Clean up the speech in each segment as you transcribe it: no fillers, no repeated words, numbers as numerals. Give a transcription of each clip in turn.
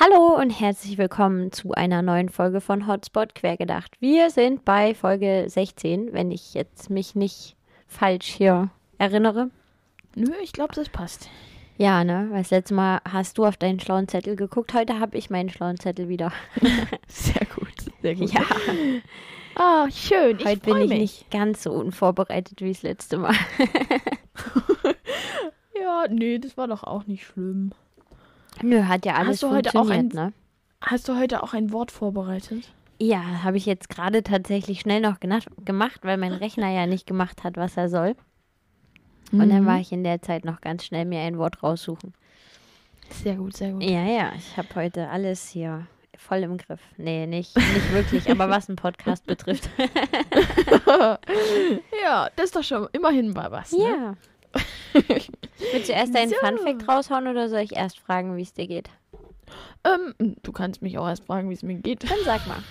Hallo und herzlich willkommen zu einer neuen Folge von Hotspot Quergedacht. Wir sind bei Folge 16, wenn ich jetzt mich nicht falsch hier erinnere. Nö, ich glaube, das passt. Ja, ne? Weil das letzte Mal hast du auf deinen schlauen Zettel geguckt. Heute habe ich meinen schlauen Zettel wieder. Sehr gut, sehr gut. Ja, Ah, schön. heute bin ich nicht ganz so unvorbereitet wie das letzte Mal. Ja, nee, das war doch auch nicht schlimm. Nö, hat ja alles Hast du heute auch funktioniert, ne? Hast du heute auch ein Wort vorbereitet? Ja, habe ich jetzt gerade tatsächlich schnell noch gemacht, weil mein Rechner ja nicht gemacht hat, was er soll. Und dann war ich in der Zeit noch ganz schnell mir ein Wort raussuchen. Sehr gut, sehr gut. Ja, ich habe heute alles hier voll im Griff. Nee, nicht wirklich, aber was einen Podcast betrifft. Ja, das ist doch schon immerhin mal was. Ne? Ja. Willst du erst deinen So. Funfact raushauen oder soll ich erst fragen, wie es dir geht? Du kannst mich auch erst fragen, wie es mir geht. Dann sag mal.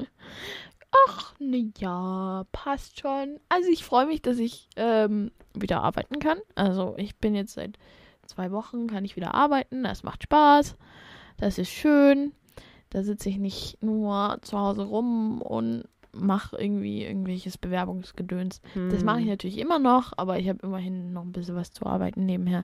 Ach, ne, ja, passt schon. Also ich freue mich, dass ich wieder arbeiten kann. Also ich bin jetzt seit 2 Wochen, kann ich wieder arbeiten. Das macht Spaß. Das ist schön. Da sitze ich nicht nur zu Hause rum und mache irgendwie irgendwelches Bewerbungsgedöns. Das mache ich natürlich immer noch, aber ich habe immerhin noch ein bisschen was zu arbeiten nebenher.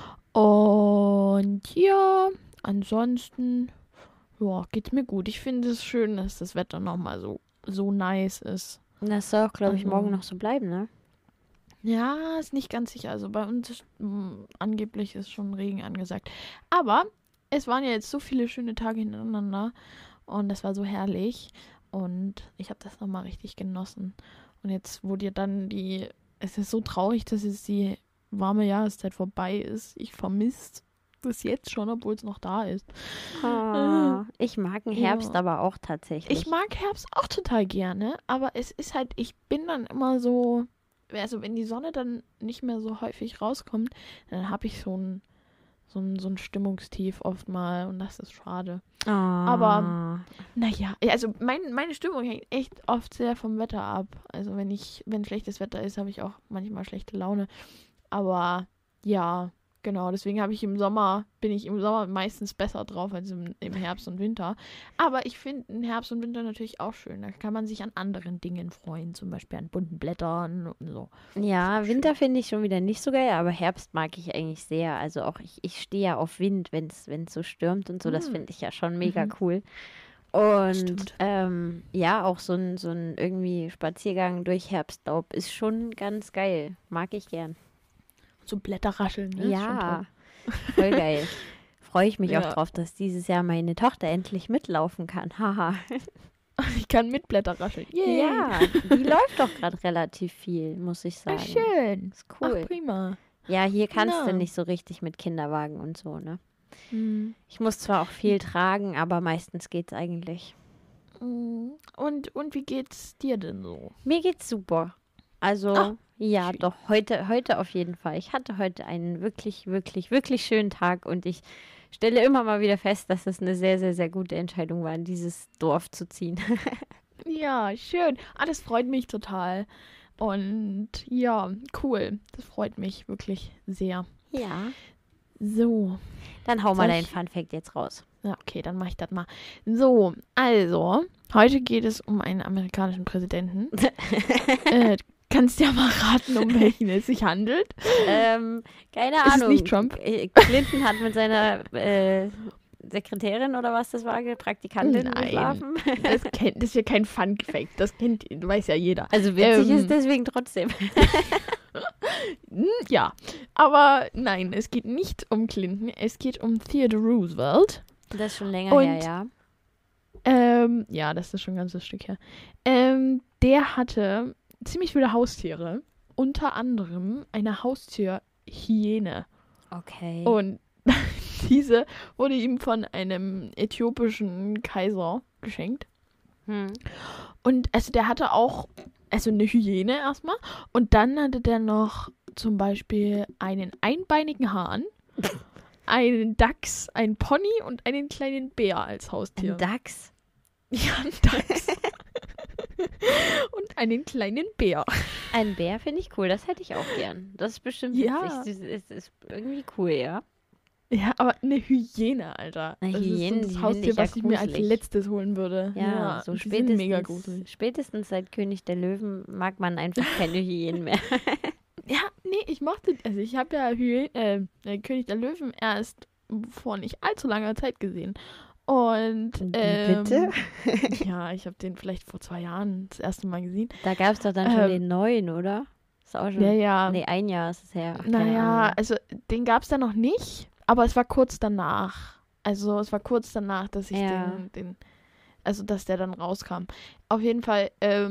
Und ja, ansonsten, ja, geht's mir gut. Ich finde es schön, dass das Wetter nochmal so nice ist. Das soll auch, glaube ich, Also- morgen noch so bleiben, ne? Ja, ist nicht ganz sicher. Also bei uns angeblich ist schon Regen angesagt. Aber es waren ja jetzt so viele schöne Tage hintereinander und das war so herrlich. Und ich habe das nochmal richtig genossen. Und jetzt, wo dir dann es ist so traurig, dass jetzt die warme Jahreszeit vorbei ist. Ich vermisse das jetzt schon, obwohl es noch da ist. Ich mag den Herbst Ja. aber auch tatsächlich. Ich mag Herbst auch total gerne, aber es ist halt, ich bin dann immer so, also wenn die Sonne dann nicht mehr so häufig rauskommt, dann habe ich so ein Stimmungstief oft mal und das ist schade. Aber naja, also meine Stimmung hängt echt oft sehr vom Wetter ab. Also wenn schlechtes Wetter ist, habe ich auch manchmal schlechte Laune. Aber ja, genau, deswegen bin ich im Sommer meistens besser drauf als im Herbst und Winter. Aber ich finde den Herbst und Winter natürlich auch schön. Da kann man sich an anderen Dingen freuen, zum Beispiel an bunten Blättern und so. Ja, Winter finde ich schon wieder nicht so geil, aber Herbst mag ich eigentlich sehr. Also auch ich stehe ja auf Wind, wenn es so stürmt und so. Das finde ich ja schon mega cool. Und Stimmt. ja, auch so ein irgendwie Spaziergang durch Herbstlaub ist schon ganz geil. Mag ich gern. So Blätterrascheln, ne? Ist schon Ja, toll. voll geil. Freue ich mich auch Ja. drauf, dass dieses Jahr meine Tochter endlich mitlaufen kann. Haha. Ich kann mit Blätterrascheln. Yay. Ja, die läuft doch gerade relativ viel, muss ich sagen. Ach, schön. Ist cool. Ach, prima. Ja, hier kannst du Na. nicht so richtig mit Kinderwagen und so, ne? Hm. Ich muss zwar auch viel tragen, aber meistens geht's eigentlich. Und wie geht's dir denn so? Mir geht's super. Also, Ah, ja, schön. doch, heute auf jeden Fall. Ich hatte heute einen wirklich, wirklich, wirklich schönen Tag und ich stelle immer mal wieder fest, dass es eine sehr, sehr, sehr gute Entscheidung war, in dieses Dorf zu ziehen. Ja, schön. Ah, das freut mich total. Und ja, cool. Das freut mich wirklich sehr. Ja. So. Dann hau mal Soll deinen ich- Funfact jetzt raus. Ja, okay, dann mache ich das mal. So, also, heute geht es um einen amerikanischen Präsidenten. Kannst ja mal raten, um welchen es sich handelt. Keine Ist es Ahnung. nicht Trump? Clinton hat mit seiner Sekretärin oder was das war, Praktikantin Nein. geschlafen. Das ist ja kein Fun-Fact. Das weiß ja jeder. Also witzig ist deswegen trotzdem. Ja, aber nein, es geht nicht um Clinton. Es geht um Theodore Roosevelt. Das ist schon länger Und- her, ja. Ja, das ist schon ein ganzes Stück her. Der hatte ziemlich viele Haustiere. Unter anderem eine Haustierhyäne. Okay. Und diese wurde ihm von einem äthiopischen Kaiser geschenkt. Und also der hatte auch, also eine Hyäne erstmal. Und dann hatte der noch zum Beispiel einen einbeinigen Hahn, einen Dachs, einen Pony und einen kleinen Bär als Haustier. Ein Dachs? Ja, ein Dachs. Und einen kleinen Bär. Ein Bär finde ich cool, das hätte ich auch gern. Das ist bestimmt Ja. witzig. Das ist irgendwie cool, ja. Ja, aber eine Hyäne, Alter. Na, Das Hyänen, ist die so das finde Haustier, ich ja was ich mir als gruselig. letztes holen würde. Ja, so die sind mega gruselig. spätestens seit König der Löwen mag man einfach keine Hyänen mehr. Ja, nee, ich mochte, also ich habe ja König der Löwen erst vor nicht allzu langer Zeit gesehen. Und, Bitte? ja, ich habe den vielleicht vor 2 Jahren das erste Mal gesehen. Da gab es doch dann schon den neuen, oder? Ist auch schon. Ja. Nee, ein Jahr ist es her. Ach, keine Naja, Ahnung. also den gab es da noch nicht, aber es war kurz danach. Also es war kurz danach, dass ich Ja. also dass der dann rauskam. Auf jeden Fall,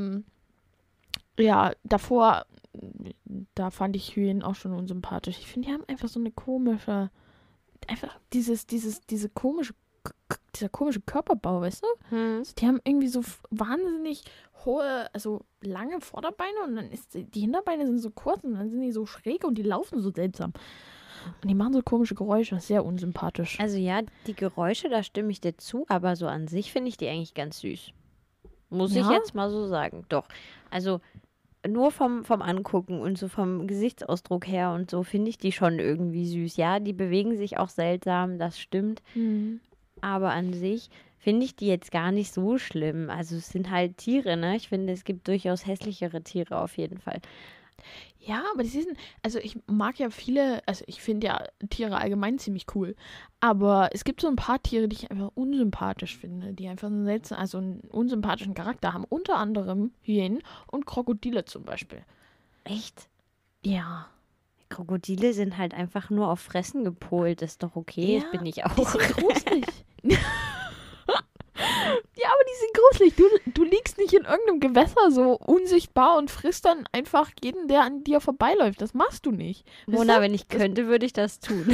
ja, davor, da fand ich Hyänen auch schon unsympathisch. Ich finde, die haben einfach so eine komische, einfach dieser komische Körperbau, weißt du? Die haben irgendwie so wahnsinnig hohe, also lange Vorderbeine und dann die Hinterbeine sind so kurz und dann sind die so schräg und die laufen so seltsam. Und die machen so komische Geräusche, sehr unsympathisch. Also ja, die Geräusche, da stimme ich dir zu, aber so an sich finde ich die eigentlich ganz süß. Muss ich Ja? jetzt mal so sagen. Doch. Also nur vom Angucken und so vom Gesichtsausdruck her und so finde ich die schon irgendwie süß. Ja, die bewegen sich auch seltsam, das stimmt. Aber an sich finde ich die jetzt gar nicht so schlimm. Also es sind halt Tiere, ne? Ich finde, es gibt durchaus hässlichere Tiere auf jeden Fall. Ja, aber die sind, also ich mag ja viele, also ich finde ja Tiere allgemein ziemlich cool, aber es gibt so ein paar Tiere, die ich einfach unsympathisch finde, die einfach einen unsympathischen Charakter haben, unter anderem Hyänen und Krokodile zum Beispiel. Echt? Ja. Krokodile sind halt einfach nur auf Fressen gepolt. Das ist doch okay, das bin ich Die auch. sind gruselig. Ja, aber die sind gruselig. Du liegst nicht in irgendeinem Gewässer so unsichtbar und frisst dann einfach jeden, der an dir vorbeiläuft. Das machst du nicht. Mona, wenn ich könnte, würde ich das tun.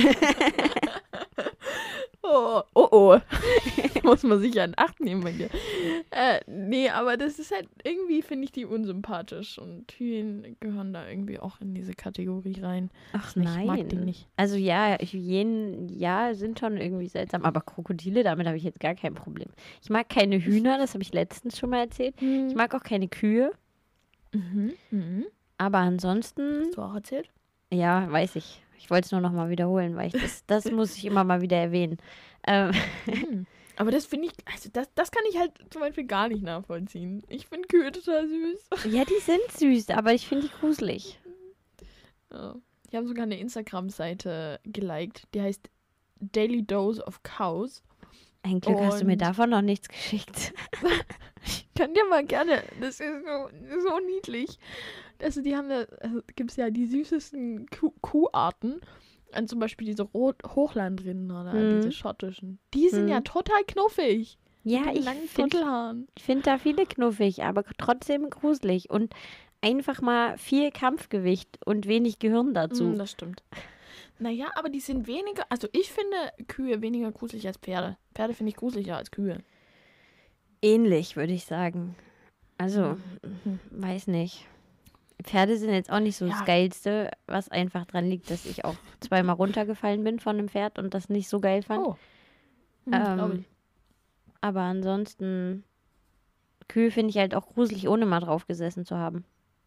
Oh. Muss man sich ja in Acht nehmen bei dir. Nee, aber das ist halt, irgendwie finde ich die unsympathisch und Hyänen gehören da irgendwie auch in diese Kategorie rein. Ach Ich nein. mag die nicht. Also ja, Hyänen, ja, sind schon irgendwie seltsam, aber Krokodile, damit habe ich jetzt gar kein Problem. Ich mag keine Hühner, das habe ich letztens schon mal erzählt. Ich mag auch keine Kühe, aber ansonsten, Hast du auch erzählt? ja, weiß ich. Ich wollte es nur noch mal wiederholen, weil das muss ich immer mal wieder erwähnen. Aber das finde ich, also das kann ich halt zum Beispiel gar nicht nachvollziehen. Ich finde Kühe total süß. Ja, die sind süß, aber ich finde die gruselig. Ja. Die haben sogar eine Instagram-Seite geliked, die heißt Daily Dose of Cows. Ein Glück hast du mir Und- davon noch nichts geschickt. Ich kann dir mal gerne, das ist so niedlich. Also gibt es ja die süßesten Kuharten. Und zum Beispiel diese Hochlandrinden oder diese schottischen. Die sind ja total knuffig. Ja, Mit den ich langen finde Trottelhaaren. da viele knuffig, aber trotzdem gruselig. Und einfach mal viel Kampfgewicht und wenig Gehirn dazu. Das stimmt. Naja, aber die sind weniger, also ich finde Kühe weniger gruselig als Pferde. Pferde finde ich gruseliger als Kühe. Ähnlich, würde ich sagen. Also, weiß nicht. Pferde sind jetzt auch nicht so das Ja. Geilste, was einfach dran liegt, dass ich auch zweimal runtergefallen bin von einem Pferd und das nicht so geil fand. Oh. Glaube ich. Aber ansonsten, Kühe finde ich halt auch gruselig, ohne mal drauf gesessen zu haben.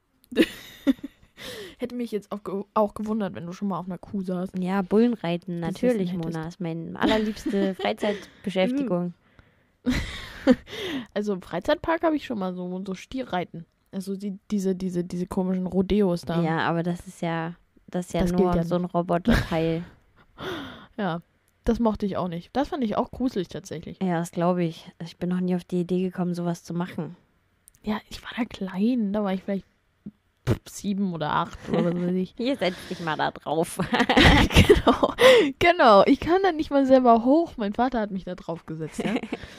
Hätte mich jetzt auch gewundert, wenn du schon mal auf einer Kuh saßt. Ja, Bullenreiten, natürlich, hättest. Mona, ist meine allerliebste Freizeitbeschäftigung. Also im Freizeitpark habe ich schon mal so Stierreiten. Also diese komischen Rodeos da. Ja, aber das ist ja Das nur gilt ja so ein Roboterteil. Ja, das mochte ich auch nicht. Das fand ich auch gruselig tatsächlich. Ja, das glaube ich. Ich bin noch nie auf die Idee gekommen, sowas zu machen. Ja, ich war da klein. Da war ich vielleicht 7 oder 8 oder was weiß ich. Hier, setz dich mal da drauf. Genau. Ich kann da nicht mal selber hoch. Mein Vater hat mich da drauf gesetzt, ja.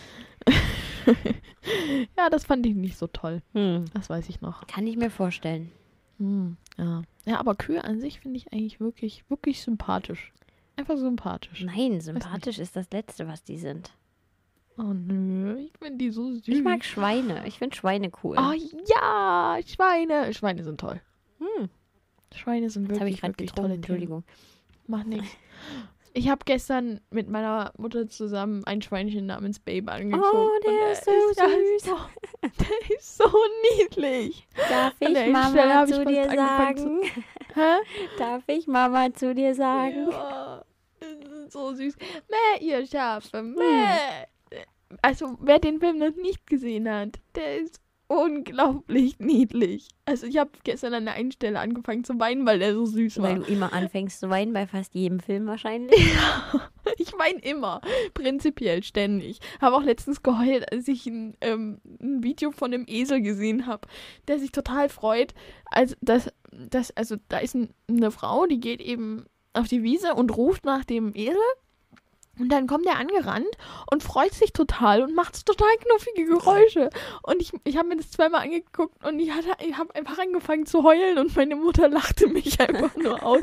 Ja, das fand ich nicht so toll. Das weiß ich noch. Kann ich mir vorstellen. Ja. Ja, aber Kühe an sich finde ich eigentlich wirklich, wirklich sympathisch. Einfach sympathisch. Nein, sympathisch ist das Letzte, was die sind. Oh nö, ich finde die so süß. Ich mag Schweine. Ich finde Schweine cool. Oh ja, Schweine. Schweine sind toll. Schweine sind Jetzt habe wirklich, ich gerade wirklich getrunken, tolle Tiere. Entschuldigung. Mach nichts. Ich habe gestern mit meiner Mutter zusammen ein Schweinchen namens Babe angeguckt. Oh, und der ist so ja süß. der ist so niedlich. Darf An der ich einen Stelle Mama hab ich zu fast dir angefangen sagen? Hä? Darf ich Mama zu dir sagen? Ja, das ist so süß. Mäh, ihr Schafe, mäh. Also, wer den Film noch nicht gesehen hat, der ist unglaublich niedlich. Also, ich habe gestern an der einen Stelle angefangen zu weinen, weil der so süß war. Weil du immer anfängst zu weinen, bei fast jedem Film wahrscheinlich. Ich weine immer, prinzipiell ständig. Habe auch letztens geheult, als ich ein Video von einem Esel gesehen habe, der sich total freut. Also da ist eine Frau, die geht eben auf die Wiese und ruft nach dem Esel. Und dann kommt er angerannt und freut sich total und macht so total knuffige Geräusche. Und ich habe mir das zweimal angeguckt und ich habe einfach angefangen zu heulen und meine Mutter lachte mich einfach nur aus.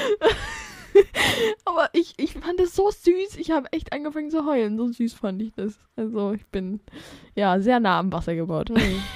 Aber ich fand es so süß. Ich habe echt angefangen zu heulen. So süß fand ich das. Also ich bin ja sehr nah am Wasser gebaut.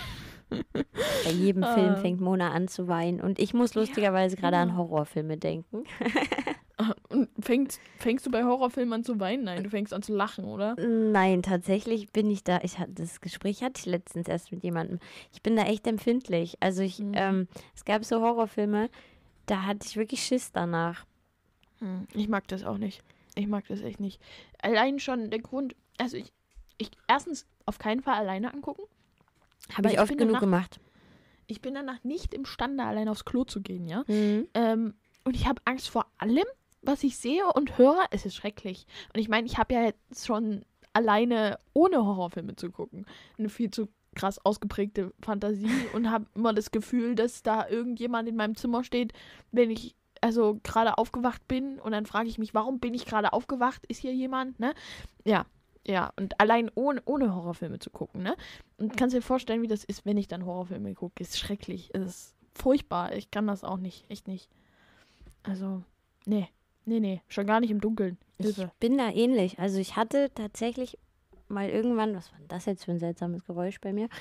Bei jedem Film fängt Mona an zu weinen. Und ich muss lustigerweise gerade an Horrorfilme denken. Und fängst du bei Horrorfilmen an zu weinen? Nein, du fängst an zu lachen, oder? Nein, tatsächlich bin ich da. Das Gespräch hatte ich letztens erst mit jemandem. Ich bin da echt empfindlich. Also es gab so Horrorfilme, da hatte ich wirklich Schiss danach. Ich mag das auch nicht. Ich mag das echt nicht. Allein schon der Grund, also ich erstens auf keinen Fall alleine angucken. Habe ich oft genug gemacht. Ich bin danach nicht imstande, allein aufs Klo zu gehen, ja. Mhm. Und ich habe Angst vor allem, was ich sehe und höre. Es ist schrecklich. Und ich meine, ich habe ja jetzt schon alleine ohne Horrorfilme zu gucken eine viel zu krass ausgeprägte Fantasie und habe immer das Gefühl, dass da irgendjemand in meinem Zimmer steht, wenn ich also gerade aufgewacht bin und dann frage ich mich, warum bin ich gerade aufgewacht? Ist hier jemand, ne? Ja, und allein ohne Horrorfilme zu gucken, ne? Und kannst dir vorstellen, wie das ist, wenn ich dann Horrorfilme gucke. Ist schrecklich, ist furchtbar. Ich kann das auch nicht, echt nicht. Also, nee, schon gar nicht im Dunkeln. Hilfe. Ich bin da ähnlich. Also ich hatte tatsächlich mal irgendwann, was war denn das jetzt für ein seltsames Geräusch bei mir?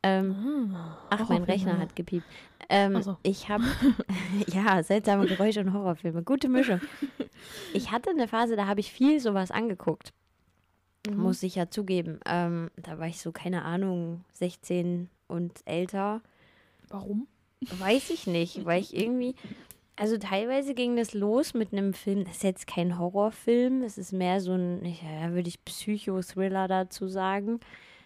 Mein Rechner hat gepiept. So. Ich habe, ja, seltsame Geräusche und Horrorfilme. Gute Mischung. Ich hatte eine Phase, da habe ich viel sowas angeguckt. Muss ich ja zugeben. Da war ich so, keine Ahnung, 16 und älter. Warum? Weiß ich nicht, weil ich irgendwie, also teilweise ging das los mit einem Film, das ist jetzt kein Horrorfilm, es ist mehr so ein, würde ich Psycho-Thriller dazu sagen.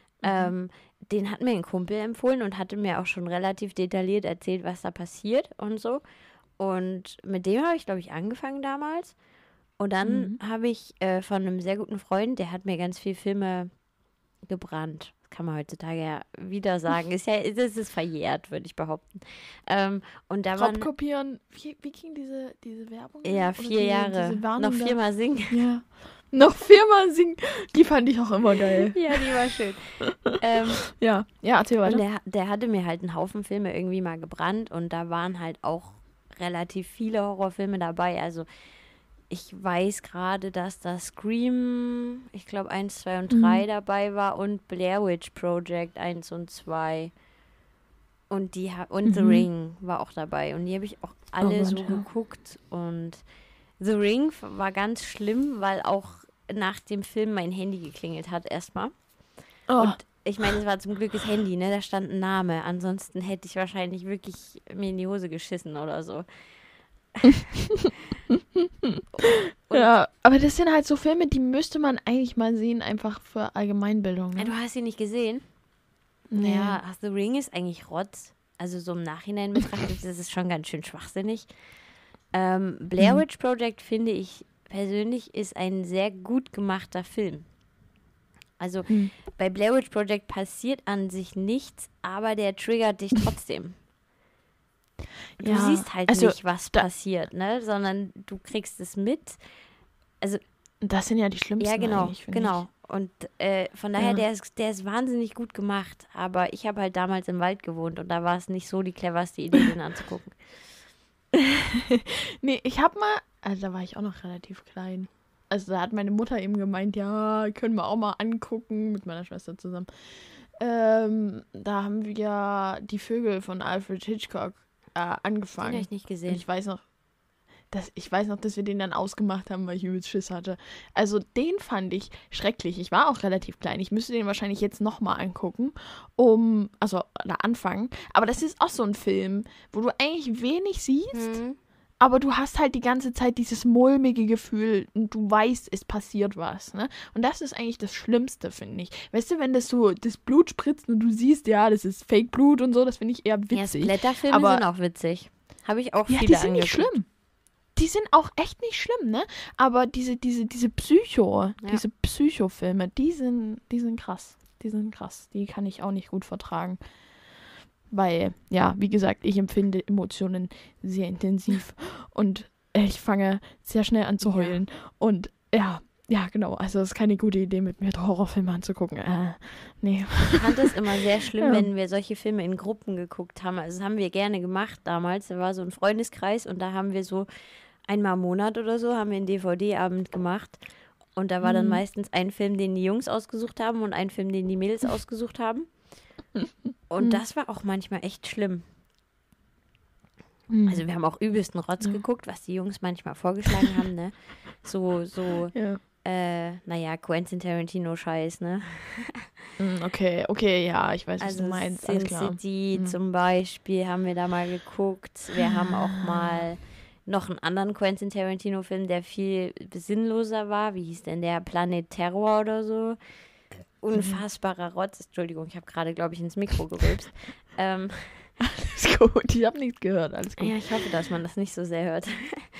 Den hat mir ein Kumpel empfohlen und hatte mir auch schon relativ detailliert erzählt, was da passiert und so. Und mit dem habe ich, glaube ich, angefangen damals. Und dann habe ich von einem sehr guten Freund, der hat mir ganz viele Filme gebrannt. Das kann man heutzutage ja wieder sagen. Das ist verjährt, würde ich behaupten. Und da Raubkopieren, wie ging diese Werbung? Ja, 4 Jahre. Noch 4-mal singen. Ja. Noch 4-mal singen. Die fand ich auch immer geil. Ja, die war schön. Ja, erzähl weiter. Und der hatte mir halt einen Haufen Filme irgendwie mal gebrannt und da waren halt auch relativ viele Horrorfilme dabei. Also ich weiß gerade, dass da Scream, ich glaube 1, 2 und 3 dabei war und Blair Witch Project 1 und 2. Und The Ring war auch dabei. Und die habe ich auch alle geguckt. Und The Ring war ganz schlimm, weil auch nach dem Film mein Handy geklingelt hat erstmal. Oh. Und ich meine, es war zum Glück das Handy, ne? Da stand ein Name. Ansonsten hätte ich wahrscheinlich wirklich mir in die Hose geschissen oder so. Ja, aber das sind halt so Filme, die müsste man eigentlich mal sehen, einfach für Allgemeinbildung. Ne? Du hast sie nicht gesehen? Nee. Ja, The Ring ist eigentlich Rotz. Also so im Nachhinein betrachtet, das ist schon ganz schön schwachsinnig. Blair Witch Project, finde ich persönlich, ist ein sehr gut gemachter Film. Also bei Blair Witch Project passiert an sich nichts, aber der triggert dich trotzdem. Du siehst halt nicht, was passiert, ne? Sondern du kriegst es mit. Also das sind ja die schlimmsten. Ja, genau, eigentlich, genau. Und von daher, der ist wahnsinnig gut gemacht. Aber ich habe halt damals im Wald gewohnt und da war es nicht so die cleverste Idee, den anzugucken. Nee, ich habe mal, also da war ich auch noch relativ klein. Also da hat meine Mutter eben gemeint, ja, können wir auch mal angucken, mit meiner Schwester zusammen. Da haben wir die Vögel von Alfred Hitchcock angefangen. Den habe ich nicht gesehen. Und ich weiß noch, dass wir den dann ausgemacht haben, weil ich übelst Schiss hatte. Also den fand ich schrecklich. Ich war auch relativ klein. Ich müsste den wahrscheinlich jetzt nochmal angucken, anfangen. Aber das ist auch so ein Film, wo du eigentlich wenig siehst, aber du hast halt die ganze Zeit dieses mulmige Gefühl und du weißt, es passiert was, ne? Und das ist eigentlich das Schlimmste, finde ich. Weißt du, wenn das so, das Blut spritzt und du siehst, ja, das ist Fake-Blut und so, das finde ich eher witzig. Ja, Splatterfilme sind auch witzig. Habe ich auch viele angeguckt. Ja, die sind nicht schlimm. Die sind auch echt nicht schlimm, ne? Aber diese Psycho-Filme, die sind krass. Die sind krass. Die kann ich auch nicht gut vertragen. Weil, ja, wie gesagt, ich empfinde Emotionen sehr intensiv und ich fange sehr schnell an zu heulen. Ja. Und ja, genau. Also es ist keine gute Idee, mit mir Horrorfilme anzugucken. Nee. Ich fand es immer sehr schlimm, wenn wir solche Filme in Gruppen geguckt haben. Also das haben wir gerne gemacht damals. Da war so ein Freundeskreis und da haben wir so einmal im Monat oder so, haben wir einen DVD-Abend gemacht. Und da war dann meistens ein Film, den die Jungs ausgesucht haben und ein Film, den die Mädels ausgesucht haben. Und das war auch manchmal echt schlimm. Also wir haben auch übelsten Rotz geguckt, was die Jungs manchmal vorgeschlagen haben, ne? Naja, Quentin Tarantino-Scheiß, ne? Okay, ja, ich weiß, was also du meinst. Sin City zum Beispiel haben wir da mal geguckt. Wir haben auch mal noch einen anderen Quentin Tarantino-Film, der viel sinnloser war. Wie hieß denn der? Planet Terror oder so. Unfassbarer Rotz. Entschuldigung, ich habe gerade, glaube ich, ins Mikro gerülpst. Alles gut, ich habe nichts gehört, alles gut. Ja, ich hoffe, dass man das nicht so sehr hört.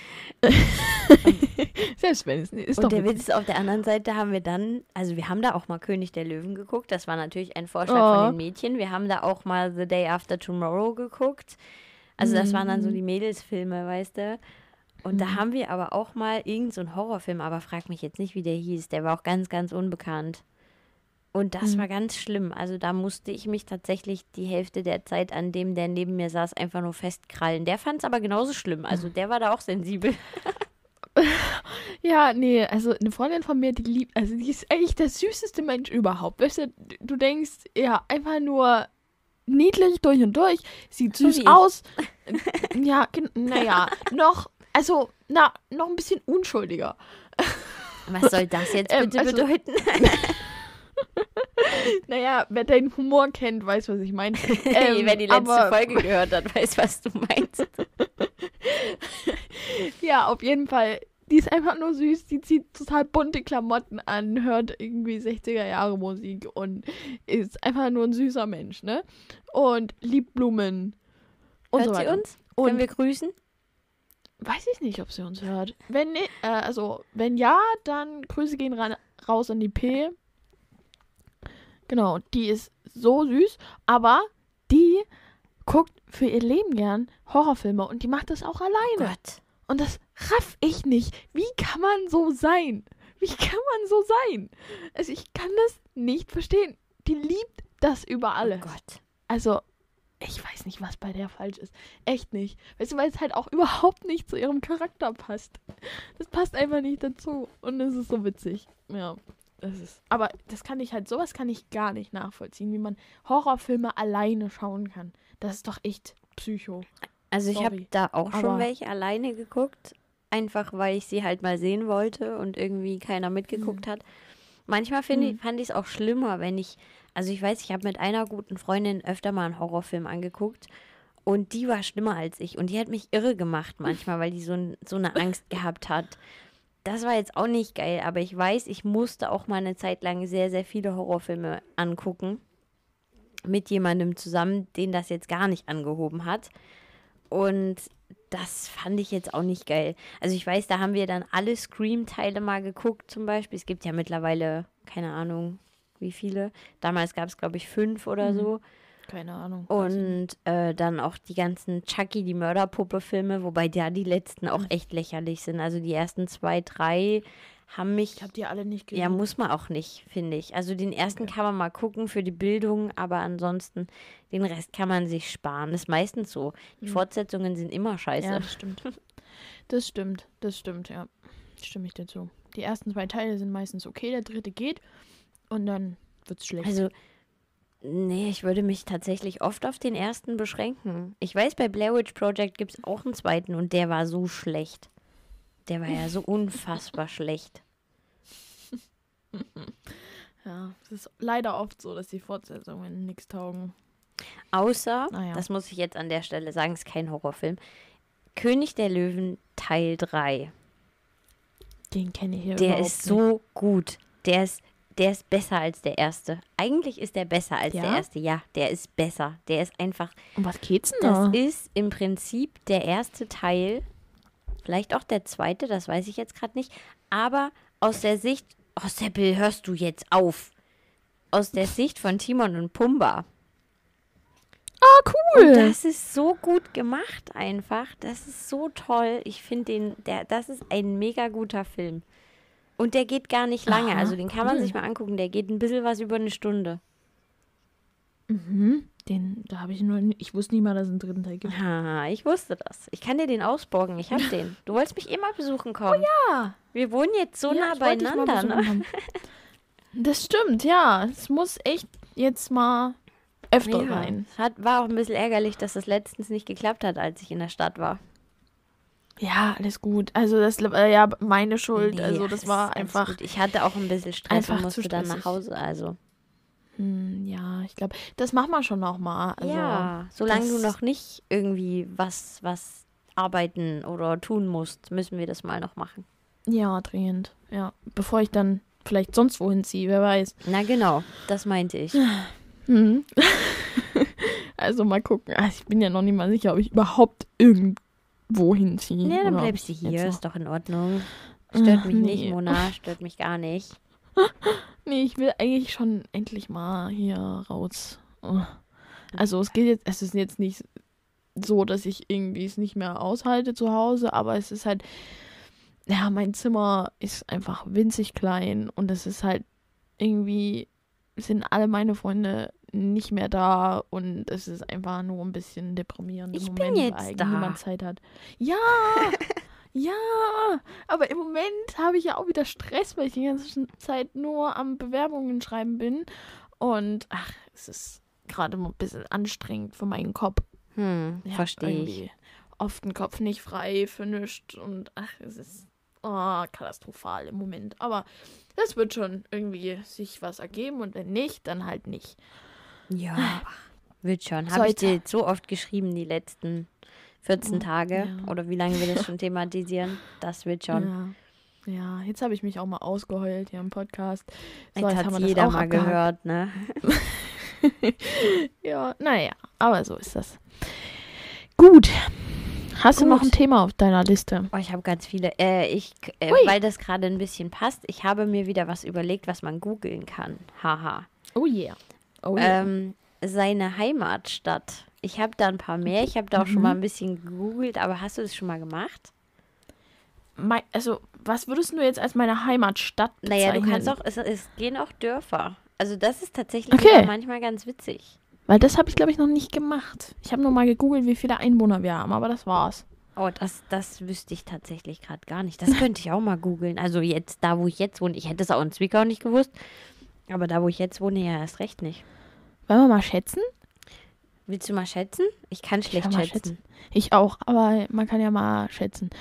Selbst wenn es ist. Und der Witz ist, auf der anderen Seite haben wir dann, also wir haben da auch mal König der Löwen geguckt. Das war natürlich ein Vorschlag von den Mädchen. Wir haben da auch mal The Day After Tomorrow geguckt. Also das waren dann so die Mädelsfilme, weißt du. Und da haben wir aber auch mal irgend so einen Horrorfilm, aber frag mich jetzt nicht, wie der hieß. Der war auch ganz, ganz unbekannt. Und das war ganz schlimm. Also da musste ich mich tatsächlich die Hälfte der Zeit an dem, der neben mir saß, einfach nur festkrallen. Der fand es aber genauso schlimm. Also der war da auch sensibel. Ja, nee, also eine Freundin von mir, die ist eigentlich der süßeste Mensch überhaupt. Weißt du denkst, ja, einfach nur niedlich durch und durch, sieht süß aus. Ja, naja, noch ein bisschen unschuldiger. Was soll das jetzt bitte bedeuten? Naja, wer deinen Humor kennt, weiß, was ich meine. Wer die letzte Folge gehört hat, weiß, was du meinst. Ja, auf jeden Fall. Die ist einfach nur süß. Die zieht total bunte Klamotten an, hört irgendwie 60er-Jahre-Musik und ist einfach nur ein süßer Mensch, ne? Und liebt Blumen. Und hört so weiter. Sie uns? Können wir grüßen? Weiß ich nicht, ob sie uns hört. Wenn ja, dann Grüße gehen raus an die P. Genau, die ist so süß, aber die guckt für ihr Leben gern Horrorfilme und die macht das auch alleine. Gott. Und das raff ich nicht. Wie kann man so sein? Also ich kann das nicht verstehen. Die liebt das über alles. Oh Gott. Also, ich weiß nicht, was bei der falsch ist. Echt nicht. Weißt du, weil es halt auch überhaupt nicht zu ihrem Charakter passt. Das passt einfach nicht dazu. Und es ist so witzig. Ja. Aber sowas kann ich gar nicht nachvollziehen, wie man Horrorfilme alleine schauen kann. Das ist doch echt Psycho. Also ich habe da auch schon welche alleine geguckt, einfach weil ich sie halt mal sehen wollte und irgendwie keiner mitgeguckt hat. Manchmal fand ich es auch schlimmer, ich weiß, ich habe mit einer guten Freundin öfter mal einen Horrorfilm angeguckt und die war schlimmer als ich und die hat mich irre gemacht manchmal, weil die so eine Angst gehabt hat. Das war jetzt auch nicht geil, aber ich weiß, ich musste auch mal eine Zeit lang sehr, sehr viele Horrorfilme angucken. Mit jemandem zusammen, den das jetzt gar nicht angehoben hat. Und das fand ich jetzt auch nicht geil. Also ich weiß, da haben wir dann alle Scream-Teile mal geguckt zum Beispiel. Es gibt ja mittlerweile, keine Ahnung, wie viele. Damals gab es, glaube ich, 5 oder so. Keine Ahnung. Und dann auch die ganzen Chucky, die Mörderpuppe-Filme, wobei da die letzten auch echt lächerlich sind. Also die ersten 2, 3 haben mich... Ich habe die alle nicht gesehen. Ja, muss man auch nicht, finde ich. Also den ersten kann man mal gucken für die Bildung, aber ansonsten den Rest kann man sich sparen. Das ist meistens so. Die Fortsetzungen sind immer scheiße. Ja, das stimmt. Das stimmt, ja. Stimme ich dazu. Die ersten 2 Teile sind meistens okay, der 3. geht und dann wird's schlecht. Also... Nee, ich würde mich tatsächlich oft auf den ersten beschränken. Ich weiß, bei Blair Witch Project gibt es auch einen 2. und der war so schlecht. Der war ja so unfassbar schlecht. Ja, es ist leider oft so, dass die Fortsetzungen nichts taugen. Außer, das muss ich jetzt an der Stelle sagen, ist kein Horrorfilm, König der Löwen Teil 3. Den kenne ich hier Der überhaupt ist so gut. Der ist besser als der erste. Eigentlich ist der besser als der erste. Ja, der ist besser. Der ist einfach. Um was geht's denn da? Das ist im Prinzip der erste Teil. Vielleicht auch der zweite, das weiß ich jetzt gerade nicht. Aber aus der Sicht. Oh, Seppel, hörst du jetzt auf? Aus der Sicht von Timon und Pumba. Ah, cool. Und das ist so gut gemacht einfach. Das ist so toll. Ich finde das ist ein mega guter Film. Und der geht gar nicht lange. Also den kann man sich mal angucken. Der geht ein bisschen was über eine Stunde. Mhm. Da habe ich ich wusste nicht mal, dass es einen dritten Teil gibt. Haha, ich wusste das. Ich kann dir den ausborgen. Ich habe den. Du wolltest mich immer besuchen kommen. Oh ja. Wir wohnen jetzt so nah beieinander, ne? Das stimmt, ja. Es muss echt jetzt mal öfter rein. War auch ein bisschen ärgerlich, dass das letztens nicht geklappt hat, als ich in der Stadt war. Ja, alles gut. Also das ja meine Schuld. Nee, also das war einfach. Gut. Ich hatte auch ein bisschen Stress und musste dann nach Hause. Also. Ja, ich glaube, das machen wir schon noch mal. Also, ja, solange du noch nicht irgendwie was arbeiten oder tun musst, müssen wir das mal noch machen. Ja, dringend. Ja, bevor ich dann vielleicht sonst wohin ziehe, wer weiß. Na genau, das meinte ich. Also mal gucken. Also ich bin ja noch nicht mal sicher, ob ich überhaupt irgendwo hinziehe. Ja, dann bleibst du hier, ist doch in Ordnung. Stört mich nicht, Mona, stört mich gar nicht. Nee, ich will eigentlich schon endlich mal hier raus. Also es ist jetzt nicht so, dass ich irgendwie es nicht mehr aushalte zu Hause, aber es ist halt, ja, mein Zimmer ist einfach winzig klein und es ist halt irgendwie, sind alle meine Freunde nicht mehr da und es ist einfach nur ein bisschen deprimierend im Moment, bin jetzt weil da. niemand Zeit hat. Ja, ja, aber im Moment habe ich ja auch wieder Stress, weil ich die ganze Zeit nur am Bewerbungen schreiben bin und es ist gerade mal ein bisschen anstrengend für meinen Kopf. Verstehe ich. Oft den Kopf nicht frei für nichts und es ist katastrophal im Moment. Aber das wird schon irgendwie sich was ergeben und wenn nicht, dann halt nicht. Ja, wird schon. Habe ich dir jetzt so oft geschrieben, die letzten 14 Tage oder wie lange wir das schon thematisieren. Das wird schon. Ja, jetzt habe ich mich auch mal ausgeheult hier im Podcast. So, jetzt hat jeder mal gehört, ne? Ja, naja, aber so ist das. Gut. Hast du noch ein Thema auf deiner Liste? Oh, ich habe ganz viele. Weil das gerade ein bisschen passt, ich habe mir wieder was überlegt, was man googeln kann. Haha. Oh yeah. Seine Heimatstadt. Ich habe da ein paar mehr. Ich habe da auch schon mal ein bisschen gegoogelt, aber hast du das schon mal gemacht? Also, was würdest du jetzt als meine Heimatstadt bezeichnen? Naja, du kannst auch, es gehen auch Dörfer. Also das ist tatsächlich manchmal ganz witzig. Weil das habe ich, glaube ich, noch nicht gemacht. Ich habe nur mal gegoogelt, wie viele Einwohner wir haben, aber das war's. Oh, das wüsste ich tatsächlich gerade gar nicht. Das könnte ich auch mal googeln. Also jetzt, da wo ich jetzt wohne, ich hätte es auch in Zwickau nicht gewusst, aber da wo ich jetzt wohne, ja erst recht nicht. Wollen wir mal schätzen? Willst du mal schätzen? Ich kann schlecht schätzen. Ich auch, aber man kann ja mal schätzen.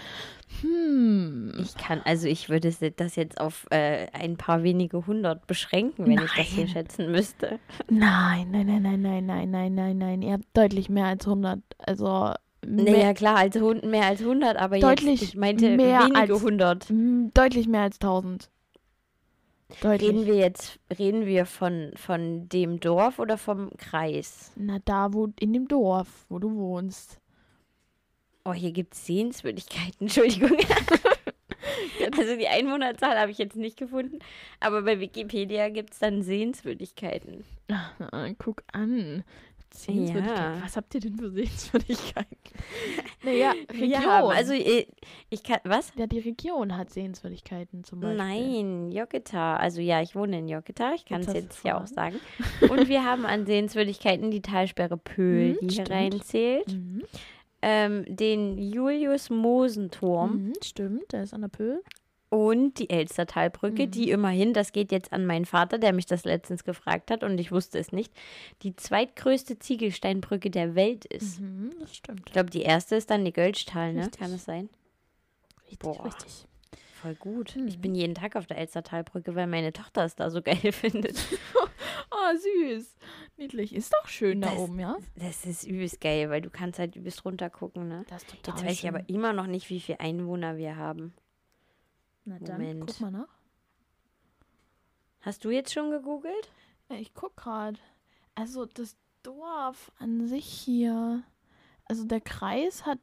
Ich würde das jetzt auf ein paar wenige hundert beschränken, wenn ich das hier schätzen müsste. Nein. Ihr habt deutlich mehr als 100. Also naja, klar, mehr als 100, aber deutlich jetzt, ich meinte wenige 100. Deutlich mehr als 1000. Deutlich. Reden wir von dem Dorf oder vom Kreis? Na, in dem Dorf, wo du wohnst. Oh, hier gibt es Sehenswürdigkeiten, Entschuldigung. Also die Einwohnerzahl habe ich jetzt nicht gefunden, aber bei Wikipedia gibt es dann Sehenswürdigkeiten. Guck an. Sehenswürdigkeiten. Ja. Was habt ihr denn für Sehenswürdigkeiten? Naja, Region. Also ich kann, was? Ja, die Region hat Sehenswürdigkeiten zum Beispiel. Nein, Joketa. Also ja, ich wohne in Joketa, ich kann es jetzt ja auch sagen. Und wir haben an Sehenswürdigkeiten die Talsperre Pöhl, die hier reinzählt. Den Julius-Mosen-Turm. Stimmt, der ist an der Pöhl. Und die Elstertalbrücke, die immerhin, das geht jetzt an meinen Vater, der mich das letztens gefragt hat und ich wusste es nicht, die zweitgrößte Ziegelsteinbrücke der Welt ist. Das stimmt. Ich glaube, die erste ist dann die Göltzschtal, ne? Kann es sein? Richtig. Voll gut. Ich bin jeden Tag auf der Elstertalbrücke, weil meine Tochter es da so geil findet. süß. Niedlich. Ist doch schön da oben, ja? Das ist übelst geil, weil du kannst halt übelst runter gucken, ne? Das ist total Jetzt weiß ich schön. aber immer noch nicht, wie viele Einwohner wir haben. Na dann, Moment. guck mal nach. Hast du jetzt schon gegoogelt? Ja, ich guck gerade. Also das Dorf an sich hier, also der Kreis hat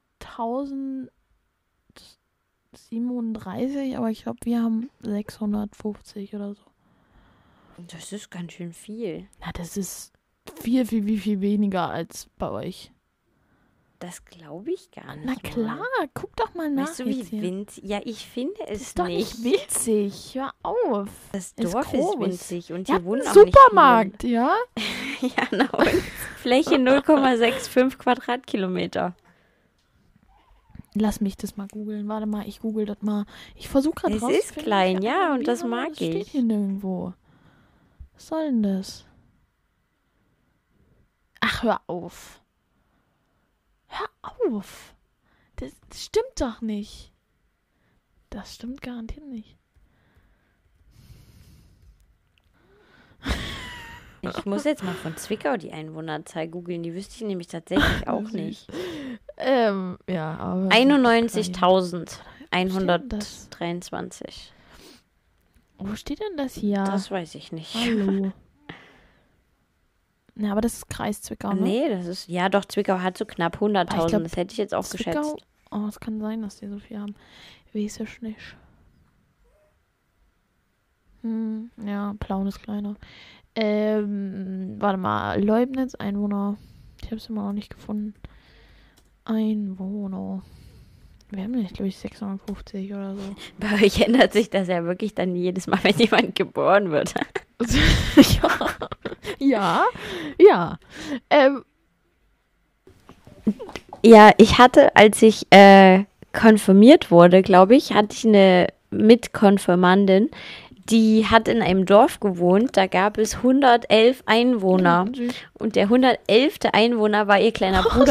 1037, aber ich glaube, wir haben 650 oder so. Das ist ganz schön viel. Na, das ist viel weniger als bei euch. Das glaube ich gar nicht. Na klar, guck doch mal nach. Weißt du, wie winzig? Ja, ich finde es das ist doch nicht winzig. Hör auf. Das Dorf ist winzig und hier wohnen auch Supermarkt, nicht ja? Ja, na und Fläche 0,65 Quadratkilometer. Lass mich das mal googeln. Warte mal, ich google das mal. Ich versuche gerade rauszufinden. Es ist klein, ja, und das mag ich. Das steht ich. hier nirgendwo. Was soll denn das? Ach, hör auf. Hör auf. Das stimmt doch nicht. Das stimmt garantiert nicht. Ich muss jetzt mal von Zwickau die Einwohnerzahl googeln. Die wüsste ich nämlich tatsächlich auch nicht. Ja, aber 91.123. Wo steht denn das hier? Das weiß ich nicht. Hallo. Ja, aber das ist Kreis Zwickau, ne? Nee, das ist, ja doch, Zwickau hat so knapp 100.000. Das hätte ich jetzt auch Zwickau, geschätzt. Oh, es kann sein, dass die so viel haben. Weiß ich nicht. Ja, Plauen ist kleiner. Warte mal, Leubnitz, Einwohner. Ich habe es immer noch nicht gefunden. Einwohner. Wir haben nicht, glaube ich, 650 oder so. Bei euch ändert sich das ja wirklich dann jedes Mal, wenn jemand geboren wird. Ja. Ja, ich hatte, als ich konfirmiert wurde, glaube ich, hatte ich eine Mitkonfirmandin, die hat in einem Dorf gewohnt, da gab es 111 Einwohner. Und der 111. Einwohner war ihr kleiner Bruder.